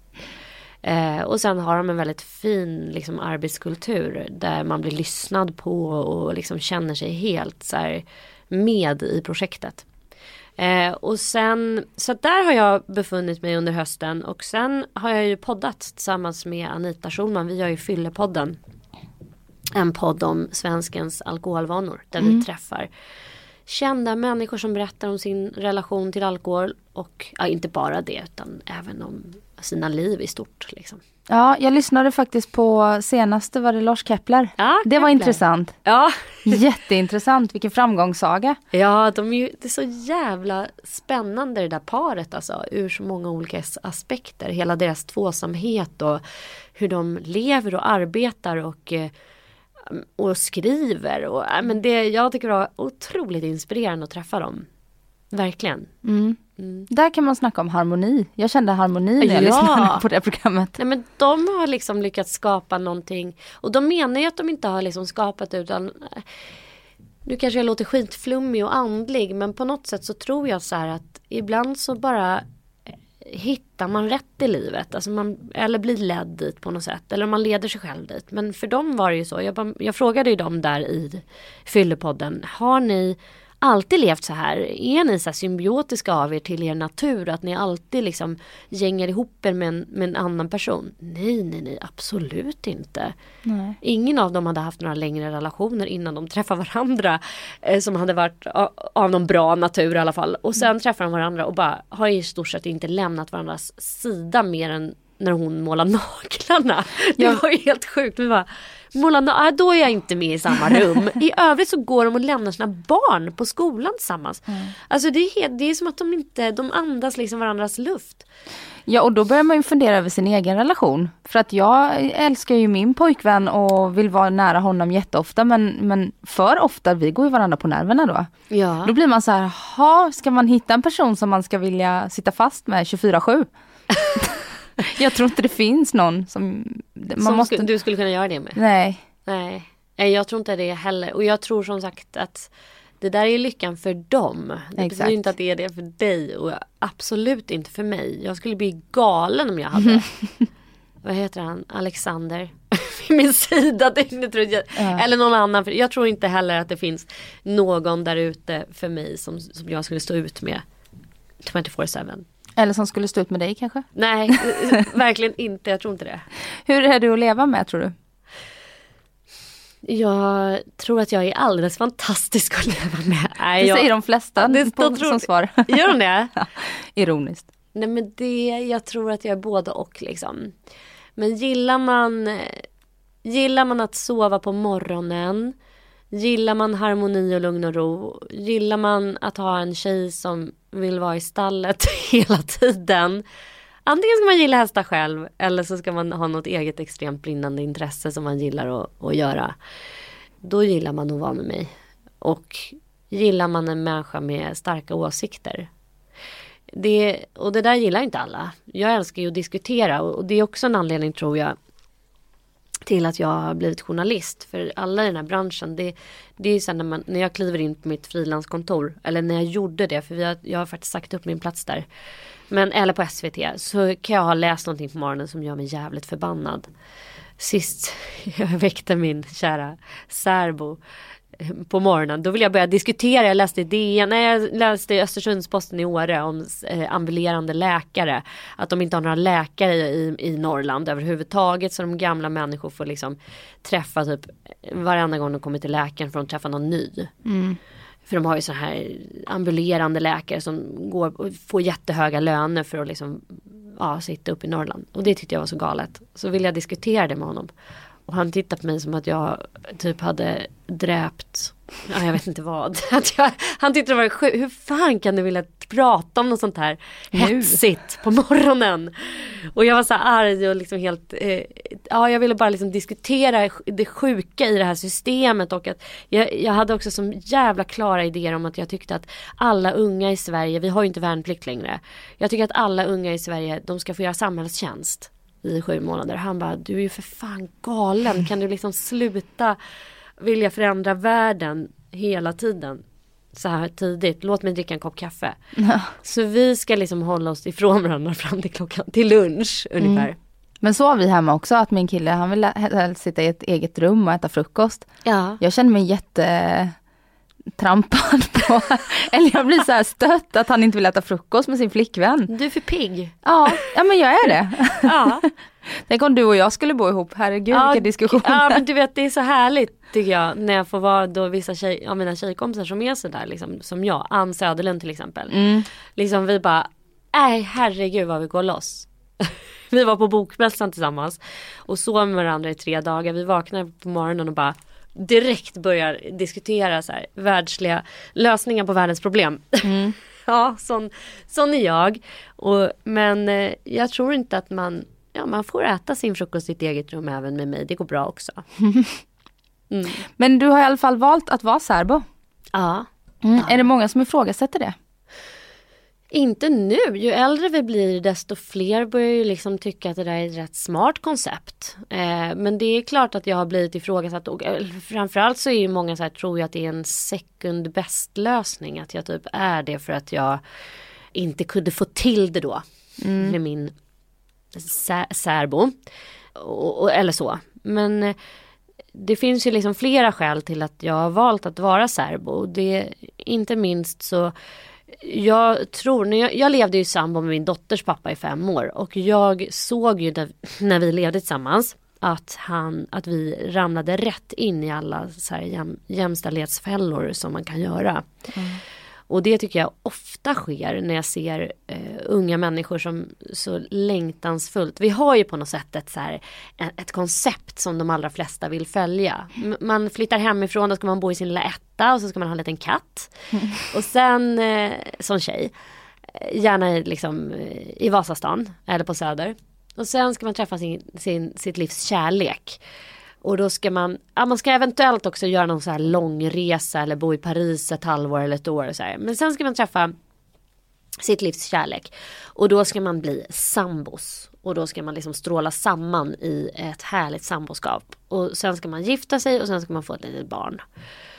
Eh, och sen har de en väldigt fin liksom, arbetskultur där man blir lyssnad på och liksom känner sig helt så här, med i projektet. Eh, och sen, så där har jag befunnit mig under hösten och sen har jag ju poddat tillsammans med Anita Schulman. Vi har ju Fyllepodden, en podd om svenskens alkoholvanor där mm. vi träffar kända människor som berättar om sin relation till alkohol och ja, inte bara det utan även om sina liv i stort liksom. Ja, jag lyssnade faktiskt på senaste, var det Lars Kepler? Ja, det Kepler. Var intressant. Ja. Jätteintressant, vilken framgångssaga. Ja, de är ju, det är så jävla spännande det där paret alltså, ur så många olika aspekter. Hela deras tvåsamhet och hur de lever och arbetar och och skriver och men det jag tycker det var otroligt inspirerande att träffa dem. Verkligen. Mm. Mm. Där kan man snacka om harmoni. Jag kände harmoni när jag ja. lyssnade på det programmet. Nej, men de har liksom lyckats skapa någonting och de menar ju att de inte har liksom skapat utan nu kanske jag låter skitflummig och andlig men på något sätt så tror jag så här att ibland så bara hittar man rätt i livet alltså man, eller blir ledd dit på något sätt eller man leder sig själv dit men för dem var det ju så jag, bara, jag frågade ju dem där i Fyllepodden har ni alltid levt så här är ni så här symbiotiska av er till er natur att ni alltid liksom gängar ihop er med en, med en annan person nej nej nej absolut inte nej. Ingen av dem hade haft några längre relationer innan de träffade varandra eh, som hade varit av, av någon bra natur i alla fall och sen mm. träffar de varandra och bara har i stort sett inte lämnat varandras sida mer än när hon målar naglarna. Det ja. var ju helt sjukt. Vi bara, målar, då är jag inte med i samma rum. I övrigt så går de och lämnar sina barn på skolan tillsammans. Mm. Alltså det är, helt, det är som att de inte, de andas liksom varandras luft. Ja, och då börjar man ju fundera över sin egen relation. För att jag älskar ju min pojkvän och vill vara nära honom jätteofta. Men, men för ofta, vi går ju varandra på nerverna då. Ja. Då blir man så här, ha, ska man hitta en person som man ska vilja sitta fast med tjugofyra sju? Jag tror inte det finns någon som... Man som måste... skulle, du skulle kunna göra det med? Nej. Nej, jag tror inte det heller. Och jag tror som sagt att det där är lyckan för dem. Det Exakt. betyder inte att det är det för dig och absolut inte för mig. Jag skulle bli galen om jag hade vad heter han? Alexander vid min sida. Det tror jag. Ja. Eller någon annan. För jag tror inte heller att det finns någon där ute för mig som, som jag skulle stå ut med tjugofyra sju. Eller som skulle stå ut med dig kanske? Nej, verkligen inte. Jag tror inte det. Hur är du att leva med, tror du? Jag tror att jag är alldeles fantastisk att leva med. Nej, Det jag... säger de flesta Det på, står- som svar. Gör de det? Ja, ironiskt. Nej, men det, jag tror att jag är både och liksom. Men gillar man gillar man att sova på morgonen, gillar man harmoni och lugn och ro, gillar man att ha en tjej som vill vara i stallet hela tiden. Antingen ska man gilla hästar själv eller så ska man ha något eget extremt brinnande intresse som man gillar att, att göra. Då gillar man att vara med mig. Och gillar man en människa med starka åsikter. Det, och det där gillar inte alla. Jag älskar ju att diskutera och det är också en anledning, tror jag, till att jag har blivit journalist. För alla i den här branschen, det, det är så när, man, när jag kliver in på mitt frilanskontor, eller när jag gjorde det, för vi har, jag har faktiskt sagt upp min plats där. Men, eller på S V T, så kan jag ha läst någonting på morgonen som gör mig jävligt förbannad. Sist jag väckte min kära särbo på morgonen, då vill jag börja diskutera. Jag läste i D N, nej, jag läste i Östersundsposten i Åre om eh, ambulerande läkare, att de inte har några läkare i, i Norrland överhuvudtaget, så de gamla människor får liksom träffa typ varenda gång de kommer till läkaren för att träffa någon ny. Mm. För de har ju så här ambulerande läkare som går och får jättehöga löner för att liksom, ja, sitta upp i Norrland. Och det tyckte jag var så galet. Så ville jag diskutera det med honom. Och han tittade på mig som att jag typ hade dräpt, ja, jag vet inte vad. Att jag, han tyckte det var sjukt. Hur fan kan du vilja prata om något sånt här hetsigt på morgonen? Och jag var så arg och liksom helt, eh, ja, jag ville bara liksom diskutera det sjuka i det här systemet. Och att jag, jag hade också så jävla klara idéer om att jag tyckte att alla unga i Sverige, vi har ju inte värnplikt längre. Jag tycker att alla unga i Sverige, de ska få göra samhällstjänst i sju månader. Han bara, du är ju för fan galen. Kan du liksom sluta vilja förändra världen hela tiden så här tidigt? Låt mig dricka en kopp kaffe. Ja. Så vi ska liksom hålla oss ifrån varandra fram till klockan, till lunch ungefär. Mm. Men så har vi hemma också, att min kille, han vill helst sitta i ett eget rum och äta frukost. Ja. Jag känner mig jätte trampad på, eller jag blir så här stött att han inte vill äta frukost med sin flickvän. Du är för pigg. Ja, ja men jag är det. Ja. Tänk om du och jag skulle bo ihop, herregud Ja, vilka diskussioner. Ja, men du vet, det är så härligt tycker jag, när jag får vara då vissa tjej, ja, mina tjejkompisar som är så där liksom, som jag, Ann Söderlund till exempel. Mm. Liksom vi bara, nej herregud vad vi går loss. Vi var på bokmässan tillsammans och sov med varandra i tre dagar. Vi vaknade på morgonen och bara direkt börjar diskutera så här, världsliga lösningar på världens problem. Mm. Ja, sån, sån är jag. Och, men eh, jag tror inte att man, ja, man får äta sin frukost i sitt eget rum även med mig. Det går bra också. Mm. Men du har i alla fall valt att vara särbo. Ja. Mm. Ja. Är det många som ifrågasätter det? Inte nu. Ju äldre vi blir desto fler börjar ju liksom tycka att det där är ett rätt smart koncept. Eh, men det är klart att jag har blivit ifrågasatt. Och eh, framförallt så är ju många så här, tror jag att det är en second best lösning. Att jag typ är det för att jag inte kunde få till det då. Mm. Med min sä- särbo. Och, och, eller så. Men eh, det finns ju liksom flera skäl till att jag har valt att vara särbo. Det, inte minst så... Jag tror, när jag, jag levde ju sambo med min dotters pappa i fem år och jag såg ju när, när vi levde tillsammans att, han, att vi ramlade rätt in i alla så här jäm, jämställdhetsfällor som man kan göra. Mm. Och det tycker jag ofta sker när jag ser eh, unga människor som så längtansfullt. Vi har ju på något sätt ett, så här, ett koncept som de allra flesta vill följa. M- man flyttar hemifrån, då ska man bo i sin lilla etta och så ska man ha en liten katt. Mm. Och sen eh, som tjej, gärna i, liksom, i Vasastan eller på Söder. Och sen ska man träffa sin, sin, sitt livs kärlek. Och då ska man, ja, man ska eventuellt också göra någon så här lång resa eller bo i Paris ett halvår eller ett år. Och så här. Men sen ska man träffa sitt livs kärlek. Och då ska man bli sambos. Och då ska man liksom stråla samman i ett härligt samboskap. Och sen ska man gifta sig och sen ska man få ett litet barn.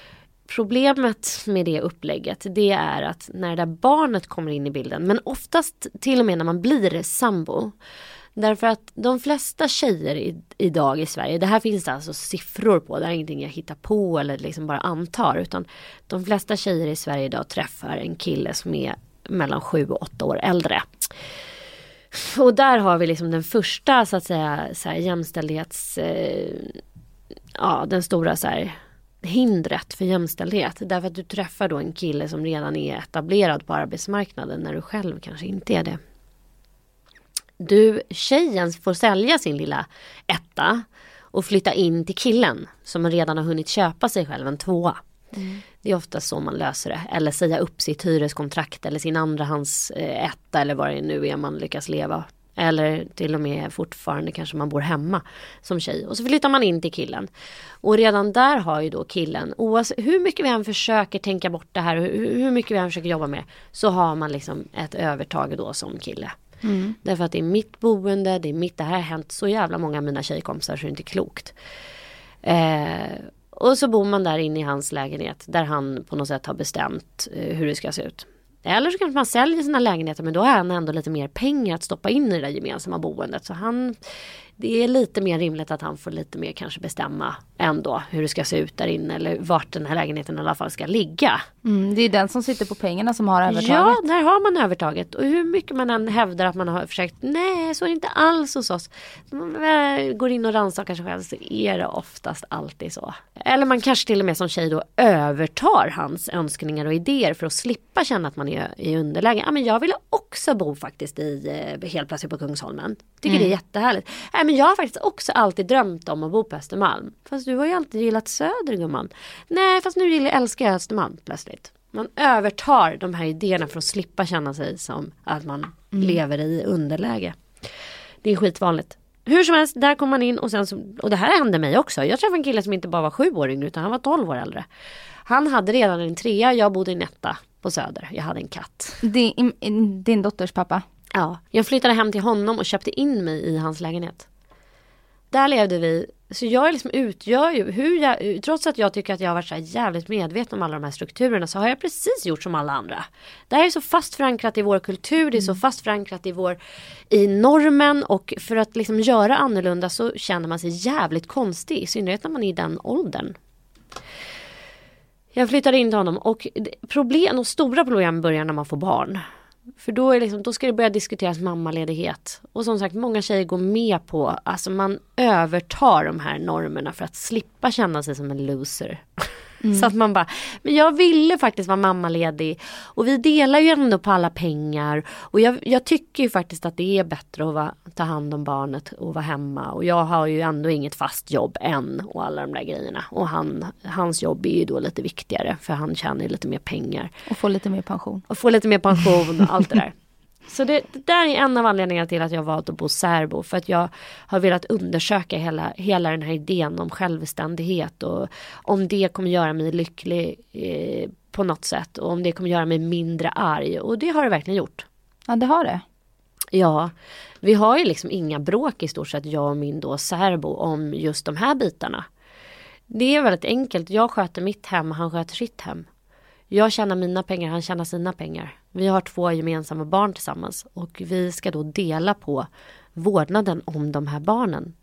Problemet med det upplägget, det är att när det där barnet kommer in i bilden, men oftast till och med när man blir sambo, därför att de flesta tjejer i, idag i Sverige, det här finns det alltså siffror på, det är ingenting jag hittar på eller liksom bara antar, utan de flesta tjejer i Sverige idag träffar en kille som är mellan sju och åtta år äldre. Och där har vi liksom den första så att säga så här, jämställdhets, eh, ja den stora så här hindret för jämställdhet, därför att du träffar då en kille som redan är etablerad på arbetsmarknaden när du själv kanske inte är det. Du, tjejen får sälja sin lilla etta och flytta in till killen som redan har hunnit köpa sig själv en tvåa. Mm. Det är ofta så man löser det. Eller säga upp sitt hyreskontrakt eller sin andrahands eh, etta eller vad det nu är man lyckas leva. Eller till och med fortfarande kanske man bor hemma som tjej. Och så flyttar man in till killen. Och redan där har ju då killen, oavsett hur mycket vi än försöker tänka bort det här, hur, hur mycket vi än försöker jobba med, så har man liksom ett övertag då som kille. Mm. Därför att det är mitt boende, det är mitt, det här har hänt så jävla många av mina tjejkompisar så det är inte klokt. Eh, och så bor man där inne i hans lägenhet där han på något sätt har bestämt eh, hur det ska se ut. Eller så kanske man säljer sina lägenheter, men då har han ändå lite mer pengar att stoppa in i det gemensamma boendet. Så han, det är lite mer rimligt att han får lite mer kanske bestämma ändå hur det ska se ut där inne. Eller vart den här lägenheten i alla fall ska ligga. Mm, det är den som sitter på pengarna som har övertaget. Ja, där har man övertaget. Och hur mycket man än hävdar att man har försökt, nej så är det inte alls hos oss. När man väl går in och rannsakar sig själv så är det oftast alltid så. Eller man kanske till och med som tjej då övertar hans önskningar och idéer för att slippa känna att man är i underläge. Ja, men jag ville också bo faktiskt i eh, helt plötsligt på Kungsholmen. Tycker mm. det är jättehärligt. Nej, men jag har faktiskt också alltid drömt om att bo på Östermalm. Fast du har ju alltid gillat Söder, gumman. Nej, fast nu gillar, älskar jag Östermalm plötsligt. Man övertar de här idéerna för att slippa känna sig som att man mm. lever i underläge. Det är skitvanligt. Hur som helst, där kom man in och sen så, och det här hände mig också. Jag träffade en kille som inte bara var sju år yngre utan han var tolv år äldre. Han hade redan en trea, jag bodde i en etta på Söder. Jag hade en katt. Din, din dotters pappa? Ja, jag flyttade hem till honom och köpte in mig i hans lägenhet. Där levde vi, så jag liksom utgör ju, hur jag, trots att jag tycker att jag har varit så här jävligt medveten om alla de här strukturerna, så har jag precis gjort som alla andra. Det här är så fast förankrat i vår kultur, det är så fast förankrat i vår, i normen, och för att liksom göra annorlunda så känner man sig jävligt konstig, i synnerhet när man är i den åldern. Jag flyttade in till honom och problem, och stora problem börjar när man får barn. För då, är liksom, då ska det börja diskuteras mammaledighet. Och som sagt, många tjejer går med på, alltså man övertar de här normerna för att slippa känna sig som en loser. Mm. Så att man bara, men jag ville faktiskt vara mammaledig. Och vi delar ju ändå på alla pengar. Och jag, jag tycker ju faktiskt att det är bättre att vara, ta hand om barnet och vara hemma. Och jag har ju ändå inget fast jobb än och alla de där grejerna. Och han, hans jobb är ju då lite viktigare, för han tjänar ju lite mer pengar. Och får lite mer pension. Och får lite mer pension och allt det där. Så det, det där är en av anledningarna till att jag valt att bo särbo. För att jag har velat undersöka hela, hela den här idén om självständighet. Och om det kommer göra mig lycklig eh, på något sätt. Och om det kommer göra mig mindre arg. Och det har det verkligen gjort. Ja, det har det. Ja, vi har ju liksom inga bråk i stort sett, jag och min då särbo, om just de här bitarna. Det är väldigt enkelt. Jag sköter mitt hem, han sköter sitt hem. Jag tjänar mina pengar, han tjänar sina pengar. Vi har två gemensamma barn tillsammans och vi ska då dela på vårdnaden om de här barnen.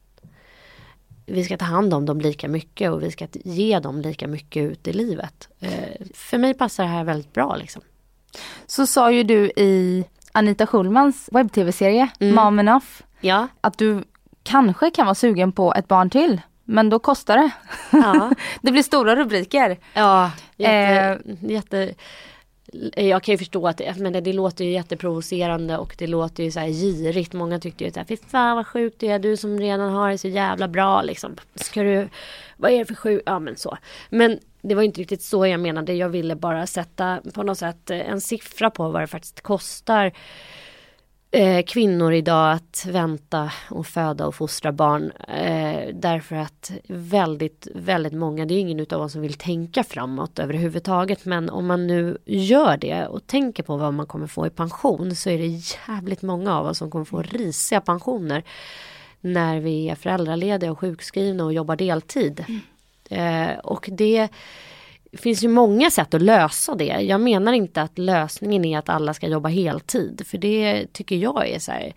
Vi ska ta hand om dem lika mycket och vi ska ge dem lika mycket ut i livet. Eh, för mig passar det här väldigt bra liksom. Så sa ju du i Anita Schulmans webb-tv-serie mm. Mom Enough ja. att du kanske kan vara sugen på ett barn till. Men då kostar det. Ja. Det blir stora rubriker. Ja, jätte, eh. jätte jag kan ju förstå att det, men det, det låter ju jätteprovocerande och det låter ju så här girigt. Många tyckte ju så här, fy fan vad sjukt det är, du som redan har det så jävla bra liksom. Ska du, vad är det för sjukt? Ja men så. Men det var inte riktigt så jag menade. Jag ville bara sätta på något sätt en siffra på vad det faktiskt kostar eh, kvinnor idag att vänta och föda och fostra barn. Eh, därför att väldigt, väldigt många, det är ingen utav oss som vill tänka framåt överhuvudtaget. Men om man nu gör det och tänker på vad man kommer få i pension, så är det jävligt många av oss som kommer få risiga pensioner när vi är föräldralediga och sjukskrivna och jobbar deltid. Mm. Eh, och det det finns ju många sätt att lösa det. Jag menar inte att lösningen är att alla ska jobba heltid. För det tycker jag är så här,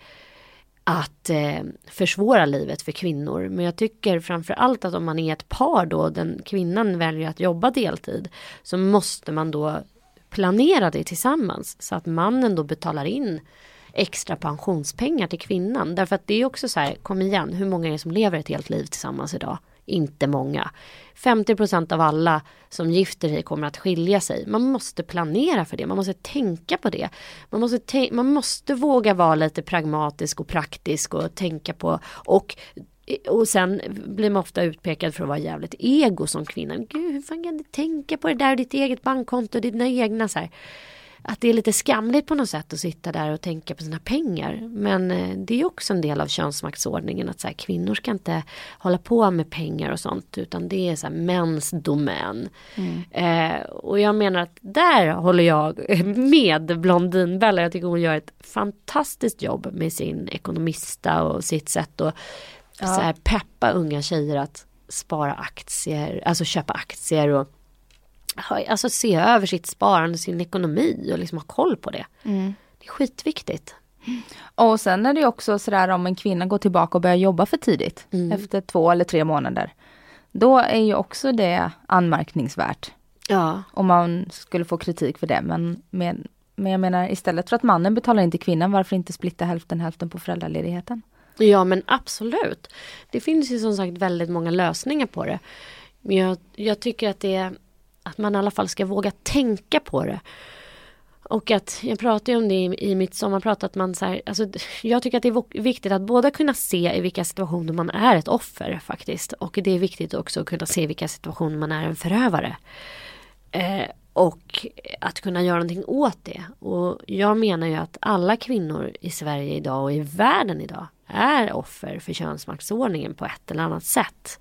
att eh, försvåra livet för kvinnor. Men jag tycker framför allt att om man är ett par då, den kvinnan väljer att jobba deltid, så måste man då planera det tillsammans. Så att mannen då betalar in extra pensionspengar till kvinnan. Därför att det är också så här, kom igen, hur många är det som lever ett helt liv tillsammans idag? Inte många. femtio procent av alla som gifter sig kommer att skilja sig. Man måste planera för det. Man måste tänka på det. Man måste, te- man måste våga vara lite pragmatisk och praktisk och tänka på. Och, och sen blir man ofta utpekad för att vara jävligt ego som kvinna. Gud, hur fan kan du tänka på det där? Ditt eget bankkonto, dina egna så här. Att det är lite skamligt på något sätt att sitta där och tänka på sina pengar. Men eh, det är också en del av könsmaktsordningen att så här, kvinnor ska inte hålla på med pengar och sånt, utan det är så här, mäns domän. Mm. Eh, och jag menar att där håller jag med Blondinbella. Jag tycker hon gör ett fantastiskt jobb med sin ekonomista och sitt sätt att ja. så här, peppa unga tjejer att spara aktier, alltså köpa aktier och alltså se över sitt sparande, sin ekonomi och liksom ha koll på det. Mm. Det är skitviktigt. Och sen är det också sådär om en kvinna går tillbaka och börjar jobba för tidigt. Mm. Efter två eller tre månader. Då är ju också det anmärkningsvärt. Ja. Om man skulle få kritik för det. Men, men, men jag menar, istället för att mannen betalar in till kvinnan, varför inte splitta hälften hälften på föräldraledigheten? Ja, men absolut. Det finns ju som sagt väldigt många lösningar på det. Men jag, jag tycker att det är att man i alla fall ska våga tänka på det. Och att, jag pratade ju om det i, i mitt sommarprat, att man så här, alltså, jag tycker att det är viktigt att båda kunna se i vilka situationer man är ett offer faktiskt. Och det är viktigt också att kunna se i vilka situationer man är en förövare. Eh, och att kunna göra någonting åt det. Och jag menar ju att alla kvinnor i Sverige idag och i världen idag är offer för könsmaktsordningen på ett eller annat sätt.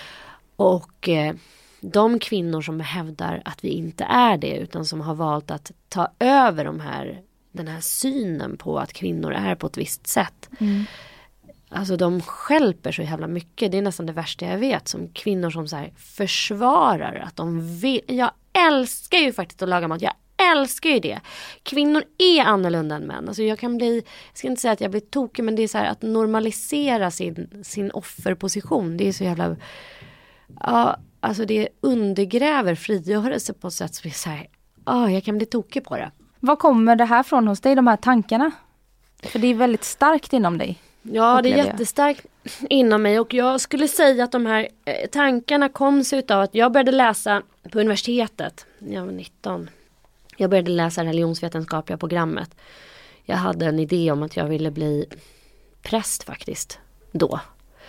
Och eh, de kvinnor som hävdar att vi inte är det, utan som har valt att ta över de här, den här synen på att kvinnor är på ett visst sätt. Mm. Alltså de stjälper så jävla mycket. Det är nästan det värsta jag vet. Som kvinnor som så här försvarar att de vill. Jag älskar ju faktiskt att laga mat. Jag älskar ju det. Kvinnor är annorlunda än män. Alltså jag kan bli, jag ska inte säga att jag blir tokig, men det är så här att normalisera sin, sin offerposition. Det är så jävla, ja, alltså det undergräver frigörelse på ett sätt som är så här, ja, jag kan bli tokig på det. Vad kommer det här från hos dig, de här tankarna? För det är väldigt starkt inom dig. Ja, det är jättestarkt inom mig, och jag skulle säga att de här eh, tankarna kom sig av att jag började läsa på universitetet. Jag var nitton. Jag började läsa religionsvetenskapliga programmet. Jag hade en idé om att jag ville bli präst faktiskt då.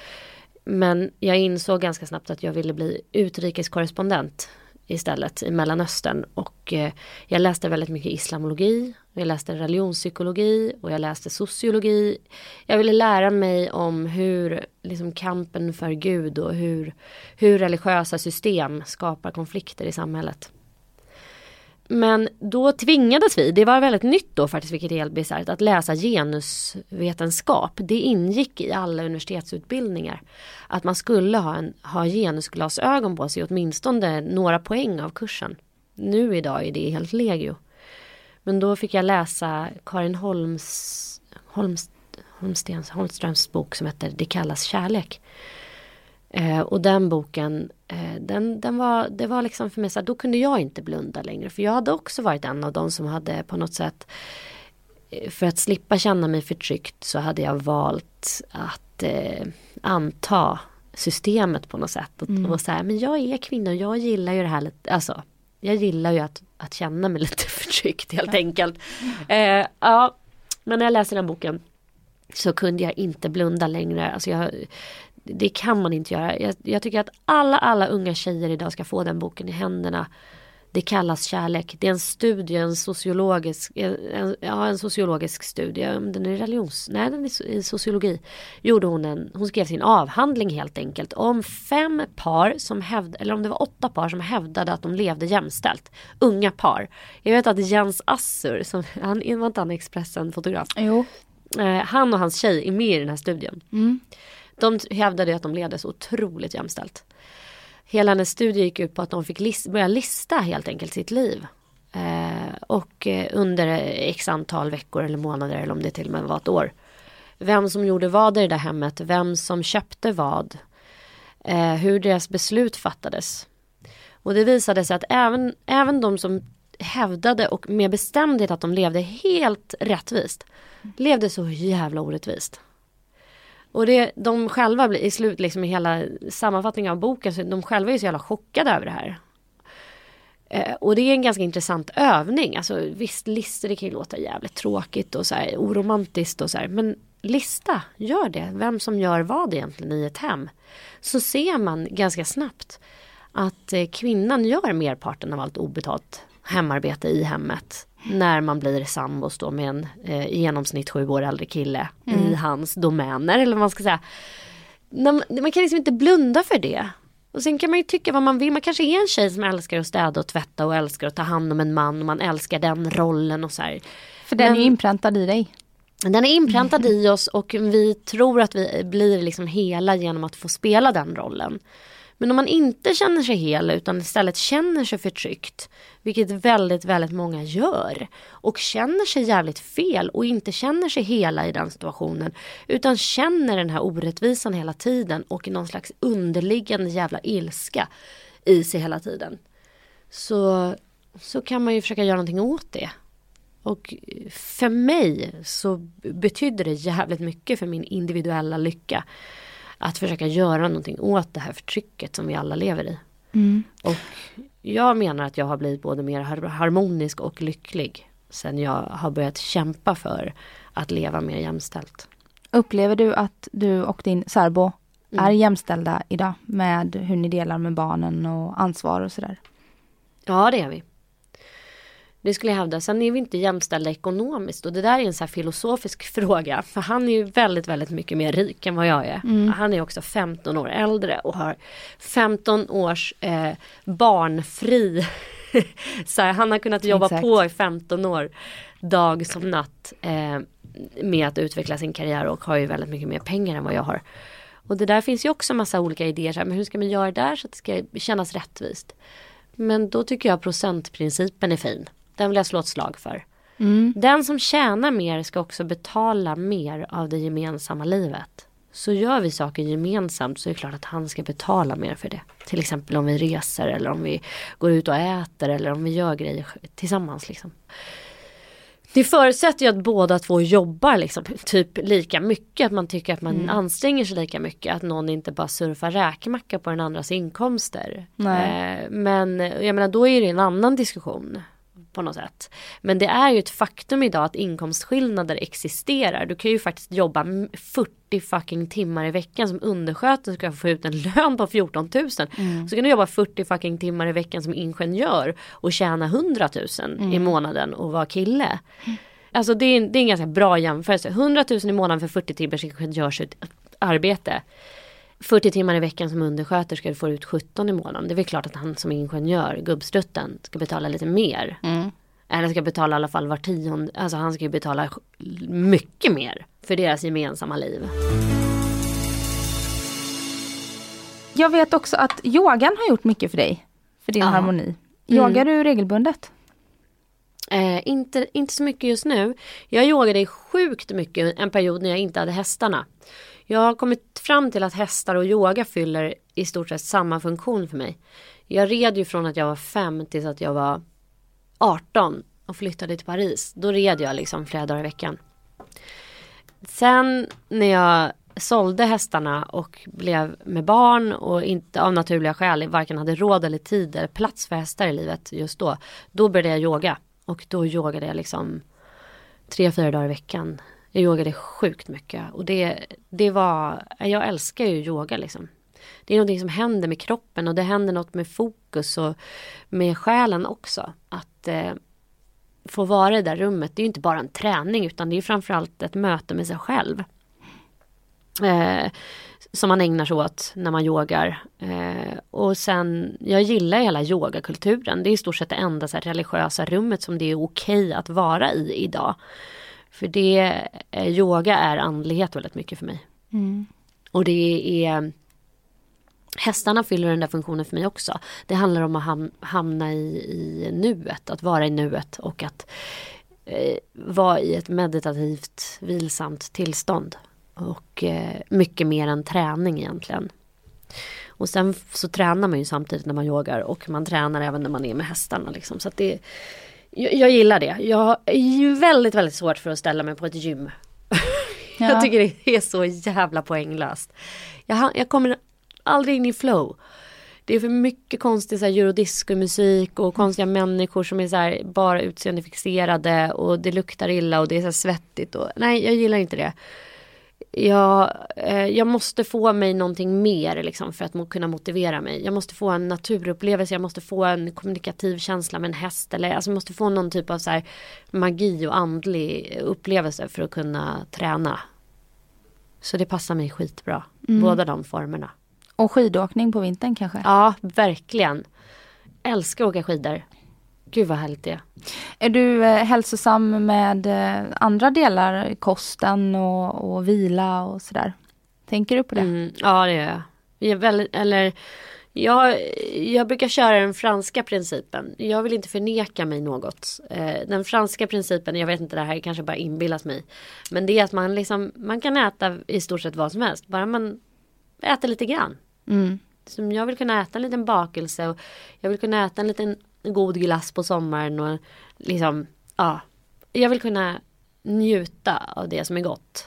Men jag insåg ganska snabbt att jag ville bli utrikeskorrespondent istället i Mellanöstern. Och eh, jag läste väldigt mycket islamologi, jag läste religionspsykologi och jag läste sociologi. Jag ville lära mig om hur liksom, kampen för Gud och hur, hur religiösa system skapar konflikter i samhället. Men då tvingades vi, det var väldigt nytt då faktiskt, vilket är helt bisarrt, att läsa genusvetenskap. Det ingick i alla universitetsutbildningar. Att man skulle ha, en, ha genusglasögon på sig, åtminstone några poäng av kursen. Nu idag är det helt legio. Men då fick jag läsa Karin Holms, Holms, Holmstens, Holmströms bok som heter Det kallas kärlek. Eh, och den boken, eh, den, den var, det var liksom för mig så här, då kunde jag inte blunda längre. För jag hade också varit en av dem som hade på något sätt, eh, för att slippa känna mig förtryckt, så hade jag valt att eh, anta systemet på något sätt. Och, mm. och så här, men jag är kvinna och jag gillar ju det här lite, alltså, jag gillar ju att, att känna mig lite förtryckt helt enkelt. Eh, ja, men när jag läste den boken så kunde jag inte blunda längre. Alltså jag... Det kan man inte göra. Jag, jag tycker att alla, alla unga tjejer idag ska få den boken i händerna. Det kallas kärlek. Det är en studie, en sociologisk, en, ja, en sociologisk studie. Den är religions, nej, den är i sociologi. Gjorde hon en, hon skrev sin avhandling helt enkelt om fem par som hävdade, eller om det var åtta par som hävdade att de levde jämställt. Unga par. Jag vet att Jens Assur, som han var inte han Expressen-fotograf. Jo. Eh, han och hans tjej är med i den här studien. Mm. De hävdade att de levde så otroligt jämställt. hela hennes studie gick ut på att de fick list, börja lista helt enkelt sitt liv. Eh, och eh, under x antal veckor eller månader, eller om det till och med var ett år. Vem som gjorde vad i det där hemmet, vem som köpte vad. Eh, hur deras beslut fattades. Och det visade sig att även, även de som hävdade och med bestämdhet att de levde helt rättvist, levde så jävla orättvist. Och det, de själva blir i slut, liksom i hela sammanfattningen av boken, så de själva är så jävla chockade över det här. Eh, och det är en ganska intressant övning. Alltså visst, listor, det kan ju låta jävligt tråkigt och så här, oromantiskt och så här, men lista, gör det. Vem som gör vad egentligen i ett hem. Så ser man ganska snabbt att eh, kvinnan gör merparten av allt obetalt hemarbete i hemmet. När man blir sambos då med en eh, i genomsnitt sju år äldre kille mm. i hans domäner, eller vad man ska säga. Man, man kan liksom inte blunda för det. Och sen kan man ju tycka vad man vill. Man kanske är en tjej som älskar att städa och tvätta och älskar att ta hand om en man, och man älskar den rollen och så här. För den Men, är inpräntad i dig. Den är inpräntad mm. i oss, och vi tror att vi blir liksom hela genom att få spela den rollen. Men om man inte känner sig hel utan istället känner sig förtryckt, vilket väldigt, väldigt många gör, och känner sig jävligt fel och inte känner sig hela i den situationen, utan känner den här orättvisan hela tiden och någon slags underliggande jävla ilska i sig hela tiden, så, så kan man ju försöka göra någonting åt det. Och för mig så betyder det jävligt mycket för min individuella lycka att försöka göra någonting åt det här förtrycket som vi alla lever i. Mm. Och jag menar att jag har blivit både mer harmonisk och lycklig sen jag har börjat kämpa för att leva mer jämställt. Upplever du att du och din särbo mm. är jämställda idag med hur ni delar med barnen och ansvar och sådär? Ja, det är vi. Det skulle jag hävda. Sen är vi inte jämställda ekonomiskt. Och det där är en så här filosofisk fråga. För han är ju väldigt, väldigt mycket mer rik än vad jag är. Mm. Han är också femton år äldre och har femton års eh, barnfri. Så här, han har kunnat jobba Exakt. på i femton år, dag som natt, eh, med att utveckla sin karriär, och har ju väldigt mycket mer pengar än vad jag har. Och det där finns ju också massa olika idéer. Så här, men hur ska man göra där så att det ska kännas rättvist? Men då tycker jag procentprincipen är fin. Den vill jag slå ett slag för. Mm. Den som tjänar mer ska också betala mer av det gemensamma livet. Så gör vi saker gemensamt, så är det klart att han ska betala mer för det. Till exempel om vi reser, eller om vi går ut och äter, eller om vi gör grejer tillsammans. Liksom. Det förutsätter ju att båda två jobbar liksom, typ lika mycket. Att man tycker att man mm. anstränger sig lika mycket. Att någon inte bara surfar räkmacka på den andras inkomster. Nej. Eh, men jag menar, då är det en annan diskussion på något sätt. Men det är ju ett faktum idag att inkomstskillnader existerar. Du kan ju faktiskt jobba fyrtio fucking timmar i veckan som undersköterska och få ut en lön på fjorton tusen. Mm. Så kan du jobba fyrtio fucking timmar i veckan som ingenjör och tjäna hundra tusen mm. i månaden och vara kille. Mm. Alltså det är, det är en ganska bra jämförelse. hundra tusen i månaden för fyrtio timmars ingenjörsarbete. fyrtio timmar i veckan som undersköterska, du får ut sjutton i månaden. Det är väl klart att han som ingenjör, gubbstrutten, ska betala lite mer. Mm. Eller ska betala i alla fall var tionde. Alltså han ska ju betala mycket mer för deras gemensamma liv. Jag vet också att yogan har gjort mycket för dig. För din Aha. harmoni. Yogar mm. du regelbundet? Eh, inte, inte så mycket just nu. Jag yogade sjukt mycket en period när jag inte hade hästarna. Jag har kommit fram till att hästar och yoga fyller i stort sett samma funktion för mig. Jag red ju från att jag var fem tills att jag var arton och flyttade till Paris. Då red jag liksom flera dagar i veckan. Sen när jag sålde hästarna och blev med barn och inte av naturliga skäl varken hade råd eller tid eller plats för hästar i livet just då. Då började jag yoga. Och då yogade jag liksom tre, fyra dagar i veckan. Jag yogade sjukt mycket. Och det, det var, jag älskar ju yoga liksom. Det är någonting som händer med kroppen och det händer något med fokus och med själen också. Att eh, få vara i det där rummet, det är ju inte bara en träning utan det är framförallt ett möte med sig själv. Eh, som man ägnar sig åt när man yogar. Eh, och sen, jag gillar hela yogakulturen. Det är i stort sett det enda så här, religiösa rummet som det är okej att vara i idag. För det, eh, yoga är andlighet väldigt mycket för mig. Mm. Och det är hästarna fyller den där funktionen för mig också. Det handlar om att ham- hamna i, i nuet, att vara i nuet och att eh, vara i ett meditativt, vilsamt tillstånd. Och eh, mycket mer än träning egentligen. Och sen så tränar man ju samtidigt när man yogar och man tränar även när man är med hästarna. Liksom. Så att det, jag, jag gillar det. Jag är ju väldigt, väldigt svårt för att ställa mig på ett gym. Ja. Jag tycker det är så jävla poänglöst. Jag, jag kommer aldrig in i flow. Det är för mycket konstig så här, eurodisco-musik och konstiga människor som är så här, bara utseendefixerade och det luktar illa och det är så här svettigt. Och, nej, jag gillar inte det. Jag, eh, jag måste få mig någonting mer liksom, för att mo- kunna motivera mig. Jag måste få en naturupplevelse, jag måste få en kommunikativ känsla med en häst. Eller, alltså, jag måste få någon typ av så här, magi och andlig upplevelse för att kunna träna. Så det passar mig skitbra, Mm. båda de formerna. Och skidåkning på vintern kanske? Ja, verkligen. Älskar att åka skidor. Gud vad härligt det är. Är du eh, hälsosam med eh, andra delar, kosten och, och vila och sådär? Tänker du på det? Mm, ja, det gör jag. jag är väldigt, eller, jag, jag brukar köra den franska principen. Jag vill inte förneka mig något. Eh, den franska principen, jag vet inte, det här kanske bara inbillas mig. Men det är att man, liksom, man kan äta i stort sett vad som helst. Bara man äter lite grann. Mm. Som jag vill kunna äta en liten bakelse och jag vill kunna äta en liten god glass på sommaren och liksom, ja, jag vill kunna njuta av det som är gott.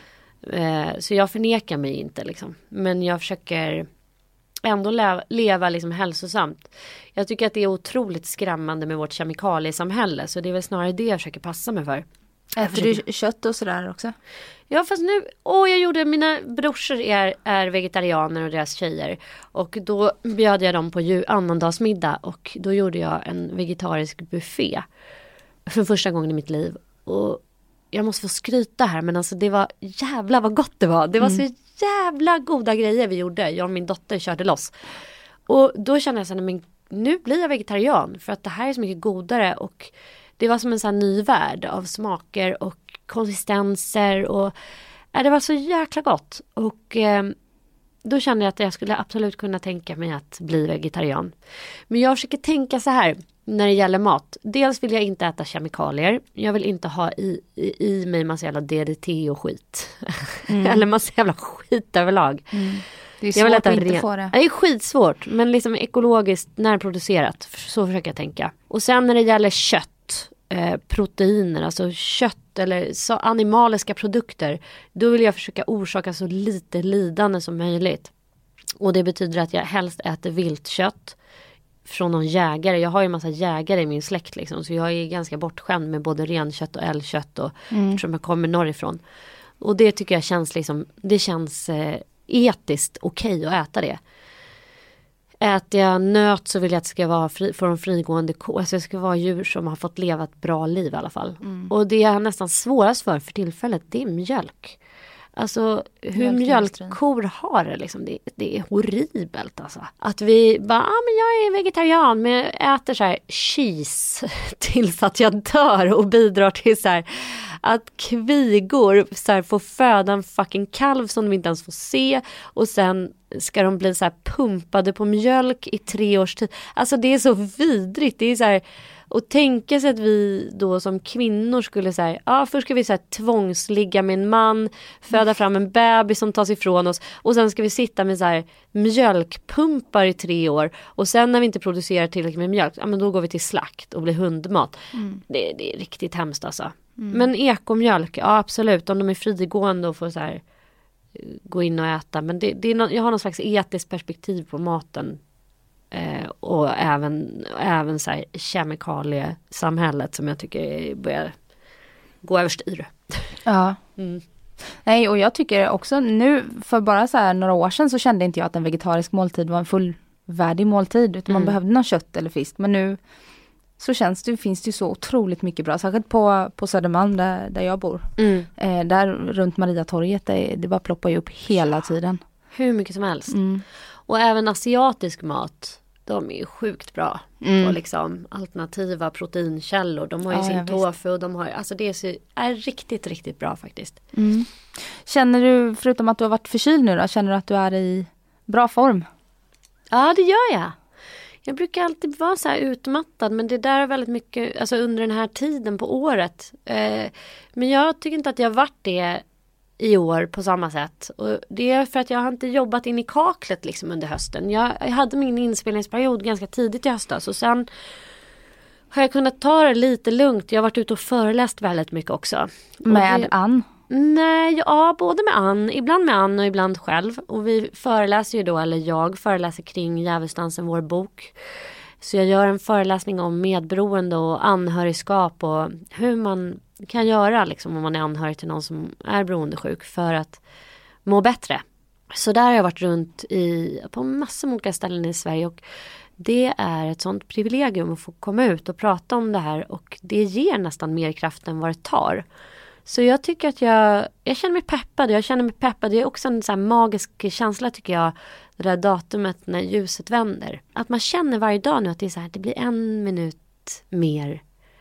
Eh, så jag förnekar mig inte liksom, men jag försöker ändå leva, leva liksom hälsosamt. Jag tycker att det är otroligt skrämmande med vårt kemikaliesamhälle, så det är väl snarare det jag försöker passa mig för. Äter du kött och sådär också? Ja, fast nu, åh, jag gjorde, mina brorsor är, är vegetarianer och deras tjejer. Och då bjöd jag dem på ju, annandagsmiddag och då gjorde jag en vegetarisk buffé. För första gången i mitt liv. Och jag måste få skryta här, men alltså det var jävla vad gott det var. Det var mm. så jävla goda grejer vi gjorde. Jag och min dotter körde loss. Och då kände jag så här, men nu blir jag vegetarian. För att det här är så mycket godare och det var som en sån här ny värld av smaker och konsistenser och ja, det var så jäkla gott. Och eh, då kände jag att jag skulle absolut kunna tänka mig att bli vegetarian. Men jag försöker tänka så här när det gäller mat. Dels vill jag inte äta kemikalier. Jag vill inte ha i, i, i mig massa jävla D D T och skit. Mm. Eller massa jävla skit överlag. Mm. Det är jag vill svårt äta att inte ren... få det. Det är skitsvårt, men liksom ekologiskt närproducerat. Så försöker jag tänka. Och sen när det gäller kött. Eh, proteiner, alltså kött eller så animaliska produkter, då vill jag försöka orsaka så lite lidande som möjligt. Och det betyder att jag helst äter viltkött från någon jägare. Jag har ju en massa jägare i min släkt liksom, så jag är ganska bortskämd med både renkött och älgkött och mm. eftersom jag kommer norrifrån. Och det tycker jag känns liksom, det känns eh, etiskt okej att äta det. Äter jag nöt så vill jag att det ska vara fri, från frigående ko. Alltså det ska vara djur som har fått leva ett bra liv i alla fall. Mm. Och det jag har nästan svårast för för tillfället, det är mjölk. Alltså hur mjölkkor har det liksom, det, det är horribelt alltså. Att vi bara, ah, men jag är vegetarian men jag äter så här cheese tills att jag dör och bidrar till så här att kvigor så här får föda en fucking kalv som de inte ens får se och sen ska de bli så här pumpade på mjölk i tre års tid. Alltså det är så vidrigt, det är så här. Och tänka sig att vi då som kvinnor skulle säga, ja först ska vi så här tvångsligga med en man, föda fram en bebis som tas ifrån oss och sen ska vi sitta med så här mjölkpumpar i tre år och sen när vi inte producerar tillräckligt med mjölk, ja men då går vi till slakt och blir hundmat. Mm. Det, det är riktigt hemskt alltså. Mm. Men ekomjölk, ja absolut, om de är frigående och får så här gå in och äta, men det, det är no- jag har någon slags etiskt perspektiv på maten. Eh, och även, även så här kemikaliesamhället som jag tycker börjar gå överstyr. Ja. Mm. Nej, och jag tycker också nu, för bara så här några år sedan så kände inte jag att en vegetarisk måltid var en fullvärdig måltid. Utan mm. man behövde någon kött eller fisk. Men nu så känns det, finns det ju så otroligt mycket bra. Särskilt på, på Södermalm där, där jag bor. Mm. Eh, där runt Mariatorget, det, det bara ploppar ju upp hela tiden. Hur mycket som helst. Mm. Och även asiatisk mat, de är ju sjukt bra mm. på liksom alternativa proteinkällor. De har ju ja, sin tofu och de har, alltså det är, så, är riktigt, riktigt bra faktiskt. Mm. Känner du, förutom att du har varit förkyld nu då, känner du att du är i bra form? Ja, det gör jag. Jag brukar alltid vara så här utmattad, men det där är väldigt mycket alltså under den här tiden på året. Eh, men jag tycker inte att jag har varit det i år på samma sätt. Och det är för att jag har inte jobbat in i kaklet liksom under hösten. Jag, jag hade min inspelningsperiod ganska tidigt i höstas och sen har jag kunnat ta det lite lugnt. Jag har varit ute och föreläst väldigt mycket också. Med det, Ann? Nej, ja, både med Ann, ibland med Ann och ibland själv. Och vi föreläser ju då, eller jag föreläser kring Djävulsdansen, vår bok. Så jag gör en föreläsning om medberoende och anhörigskap och hur man kan göra liksom, om man är anhörig till någon som är beroendesjuk för att må bättre. Så där har jag varit runt i, på massor av olika ställen i Sverige och det är ett sånt privilegium att få komma ut och prata om det här och det ger nästan mer kraft än vad det tar. Så jag tycker att jag, jag känner mig peppad, jag känner mig peppad. Det är också en så här magisk känsla tycker jag, det där datumet när ljuset vänder. Att man känner varje dag nu att det är så här, det blir en minut mer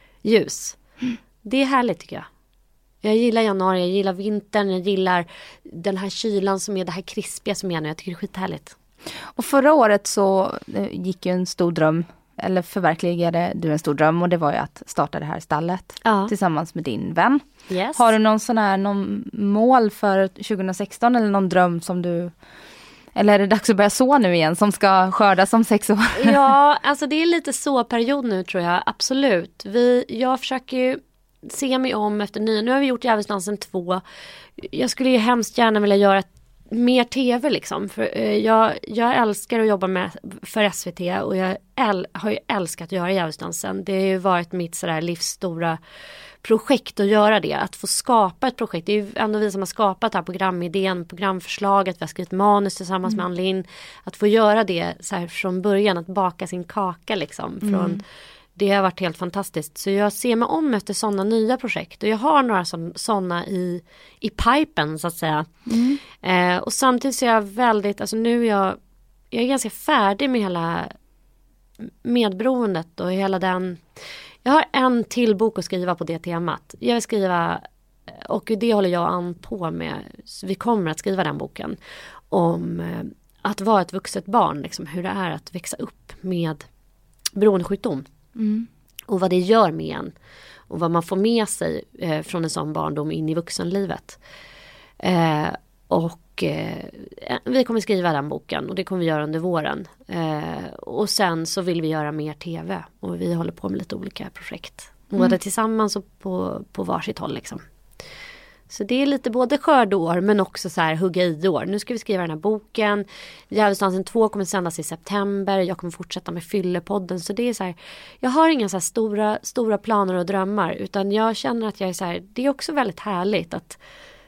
ljus. Mm. Det är härligt tycker jag. Jag gillar januari, jag gillar vintern, jag gillar den här kylan som är det här krispiga som är nu. Jag tycker det är skithärligt. Och förra året så gick ju en stor dröm, eller förverkligade du en stor dröm och det var ju att starta det här stallet ja. Tillsammans med din vän. Yes. Har du någon sån här någon mål för tjugo sexton eller någon dröm som du, eller är det dags att börja så nu igen som ska skördas om sex år? Ja, alltså det är lite så period nu tror jag, absolut. Vi, jag försöker ju se mig om efter nya, nu har vi gjort Djävulsdansen två. Jag skulle ju hemskt gärna vilja göra mer tv liksom. För, eh, jag, jag älskar att jobba med för S V T och jag äl, har ju älskat att göra Djävulsdansen. Det har ju varit mitt sådär livsstora projekt att göra det. Att få skapa ett projekt. Det är ju ändå vi som har skapat här programidén, programförslaget. Vi har skrivit manus tillsammans mm. med Ann Lind. Att få göra det så här från början. Att baka sin kaka liksom. Från, mm. Det har varit helt fantastiskt. Så jag ser mig om efter sådana nya projekt. Och jag har några sådana i, i pipen så att säga. Mm. Eh, och samtidigt så är jag väldigt, alltså nu är jag, jag är ganska färdig med hela medberoendet och hela den. Jag har en till bok att skriva på det temat. Jag vill skriva, och det håller jag an på med. Så vi kommer att skriva den boken. Om eh, att vara ett vuxet barn. Liksom, hur det är att växa upp med beroendesjukdom. Mm. Och vad det gör med en. Och vad man får med sig eh, från en sån barndom in i vuxenlivet. Eh, och eh, vi kommer skriva den boken. Och det kommer vi göra under våren. Eh, och sen så vill vi göra mer tv. Och vi håller på med lite olika projekt. Mm. Både tillsammans och på, på varsitt håll liksom. Så det är lite både skördeår men också så här hugga i år. Nu ska vi skriva den här boken. Djävulsdansen två kommer sändas i september. Jag kommer fortsätta med Fyllepodden. Så det är så här, jag har inga så här stora, stora planer och drömmar. Utan jag känner att jag är så här, det är också väldigt härligt att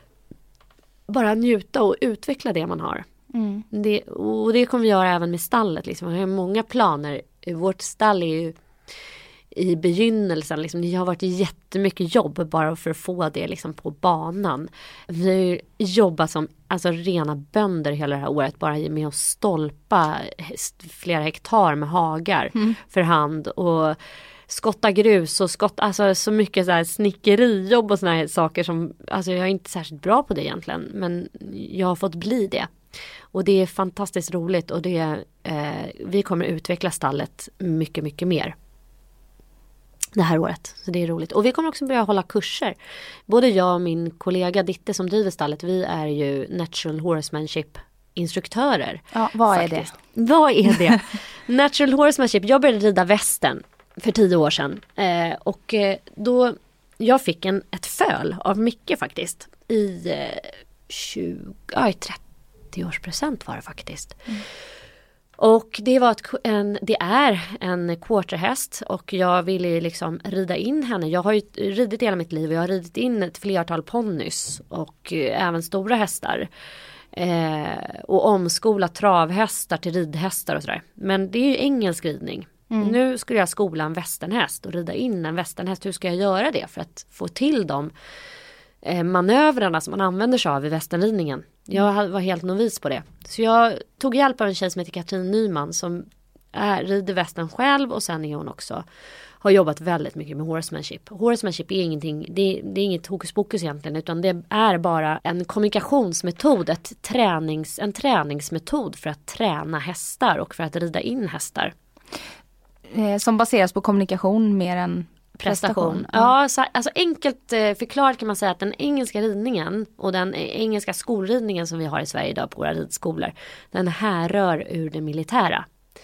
bara njuta och utveckla det man har. Mm. Det, och det kommer vi göra även med stallet. Liksom. Vi har många planer. Vårt stall är ju i begynnelsen, liksom, det har varit jättemycket jobb bara för att få det liksom, på banan. Vi har ju jobbat som alltså, rena bönder hela det här året, bara med att stolpa flera hektar med hagar mm. för hand och skotta grus och skotta, alltså så mycket så här snickerijobb och såna här saker som, alltså jag är inte särskilt bra på det egentligen, men jag har fått bli det. Och det är fantastiskt roligt och det, eh, vi kommer utveckla stallet mycket, mycket mer det här året. Så det är roligt. Och vi kommer också börja hålla kurser. Både jag och min kollega Ditte som driver stallet, vi är ju natural horsemanship instruktörer. Ja, vad faktiskt. är det? Vad är det? Natural horsemanship. Jag började rida västen för tio år sedan. Eh, och eh, då, jag fick en, ett föl av Micke faktiskt. I eh, tjugo, ja, trettio års present var det faktiskt. Mm. Och det var ett, en, det är en quarterhäst och jag ville liksom rida in henne. Jag har ju ridit hela mitt liv och jag har ridit in ett flertal ponnys och eh, även stora hästar. Eh, och omskolat travhästar till ridhästar och sådär. Men det är ju engelsk ridning. Mm. Nu skulle jag skola en västernhäst och rida in en västernhäst. Hur ska jag göra det för att få till de eh, manövrarna som man använder sig av i västernridningen? Jag var helt novis på det. Så jag tog hjälp av en tjej som heter Katrin Nyman som är, rider västen själv och sen är hon också, har jobbat väldigt mycket med horsemanship. Horsemanship är ingenting, det, det är inget hokus pokus egentligen, utan det är bara en kommunikationsmetod, ett tränings, en träningsmetod för att träna hästar och för att rida in hästar. Eh, som baseras på kommunikation mer än prestation. prestation. Ja, så, alltså enkelt eh, förklarat kan man säga att den engelska ridningen och den engelska skolridningen som vi har i Sverige idag på våra ridskolor, den härrör ur det militära.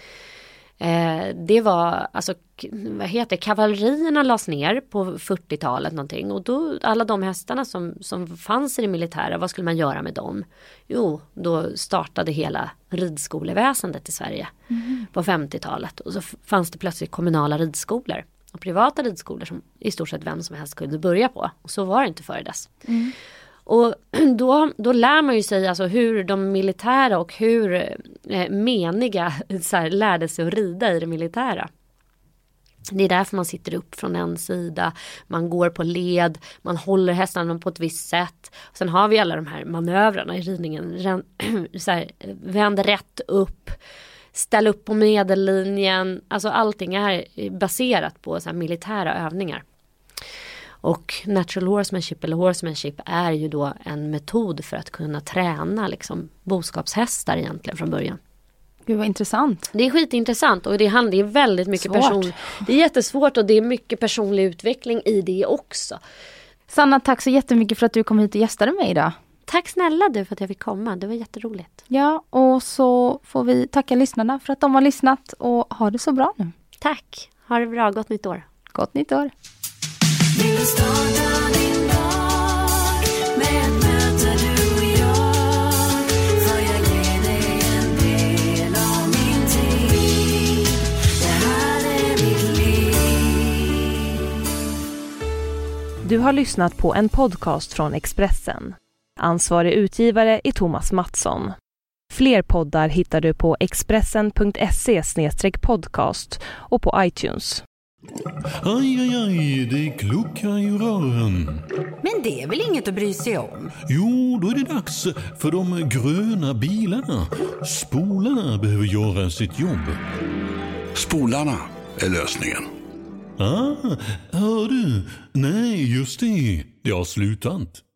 Eh, det var, alltså, vad heter kavallerierna lades ner på fyrtiotalet någonting, och då alla de hästarna som, som fanns i det militära, vad skulle man göra med dem? Jo, då startade hela ridskoleväsendet i Sverige mm. på femtiotalet, och så fanns det plötsligt kommunala ridskolor och privata ridskolor som i stort sett vem som helst kunde börja på, och så var det inte före dess. Mm. Och då, då lär man ju sig alltså hur de militära och hur eh, meniga så här, lärde sig att rida i det militära. Det är därför man sitter upp från en sida, man går på led, man håller hästarna på ett visst sätt. Sen har vi alla de här manövrarna i ridningen, så här, vänd rätt upp, ställ upp på medellinjen. Alltså allting är baserat på så här, militära övningar. Och natural horsemanship eller horsemanship är ju då en metod för att kunna träna liksom boskapshästar egentligen från början. Gud vad intressant. Det är skitintressant och det handlar ju väldigt mycket person. Det är jättesvårt och det är mycket personlig utveckling i det också. Sanna, tack så jättemycket för att du kom hit och gästade mig idag. Tack snälla du för att jag fick komma. Det var jätteroligt. Ja, och så får vi tacka lyssnarna för att de har lyssnat och ha det så bra nu. Tack. Ha det bra. Gott nytt år. Gott nytt år. Vill du starta din dag med ett möte du och jag? För jag ger dig en del av min tid. Det här är mitt liv. Du har lyssnat på en podcast från Expressen. Ansvarig utgivare är Thomas Mattsson. Fler poddar hittar du på expressen punkt se slash podcast och på iTunes. Aj, aj, aj, det kluckar i rören. Men det är väl inget att bry sig om? Jo, då är det dags för de gröna bilarna. Spolarna behöver göra sitt jobb. Spolarna är lösningen. Ah, hör du? Nej, just det. Det har slutat.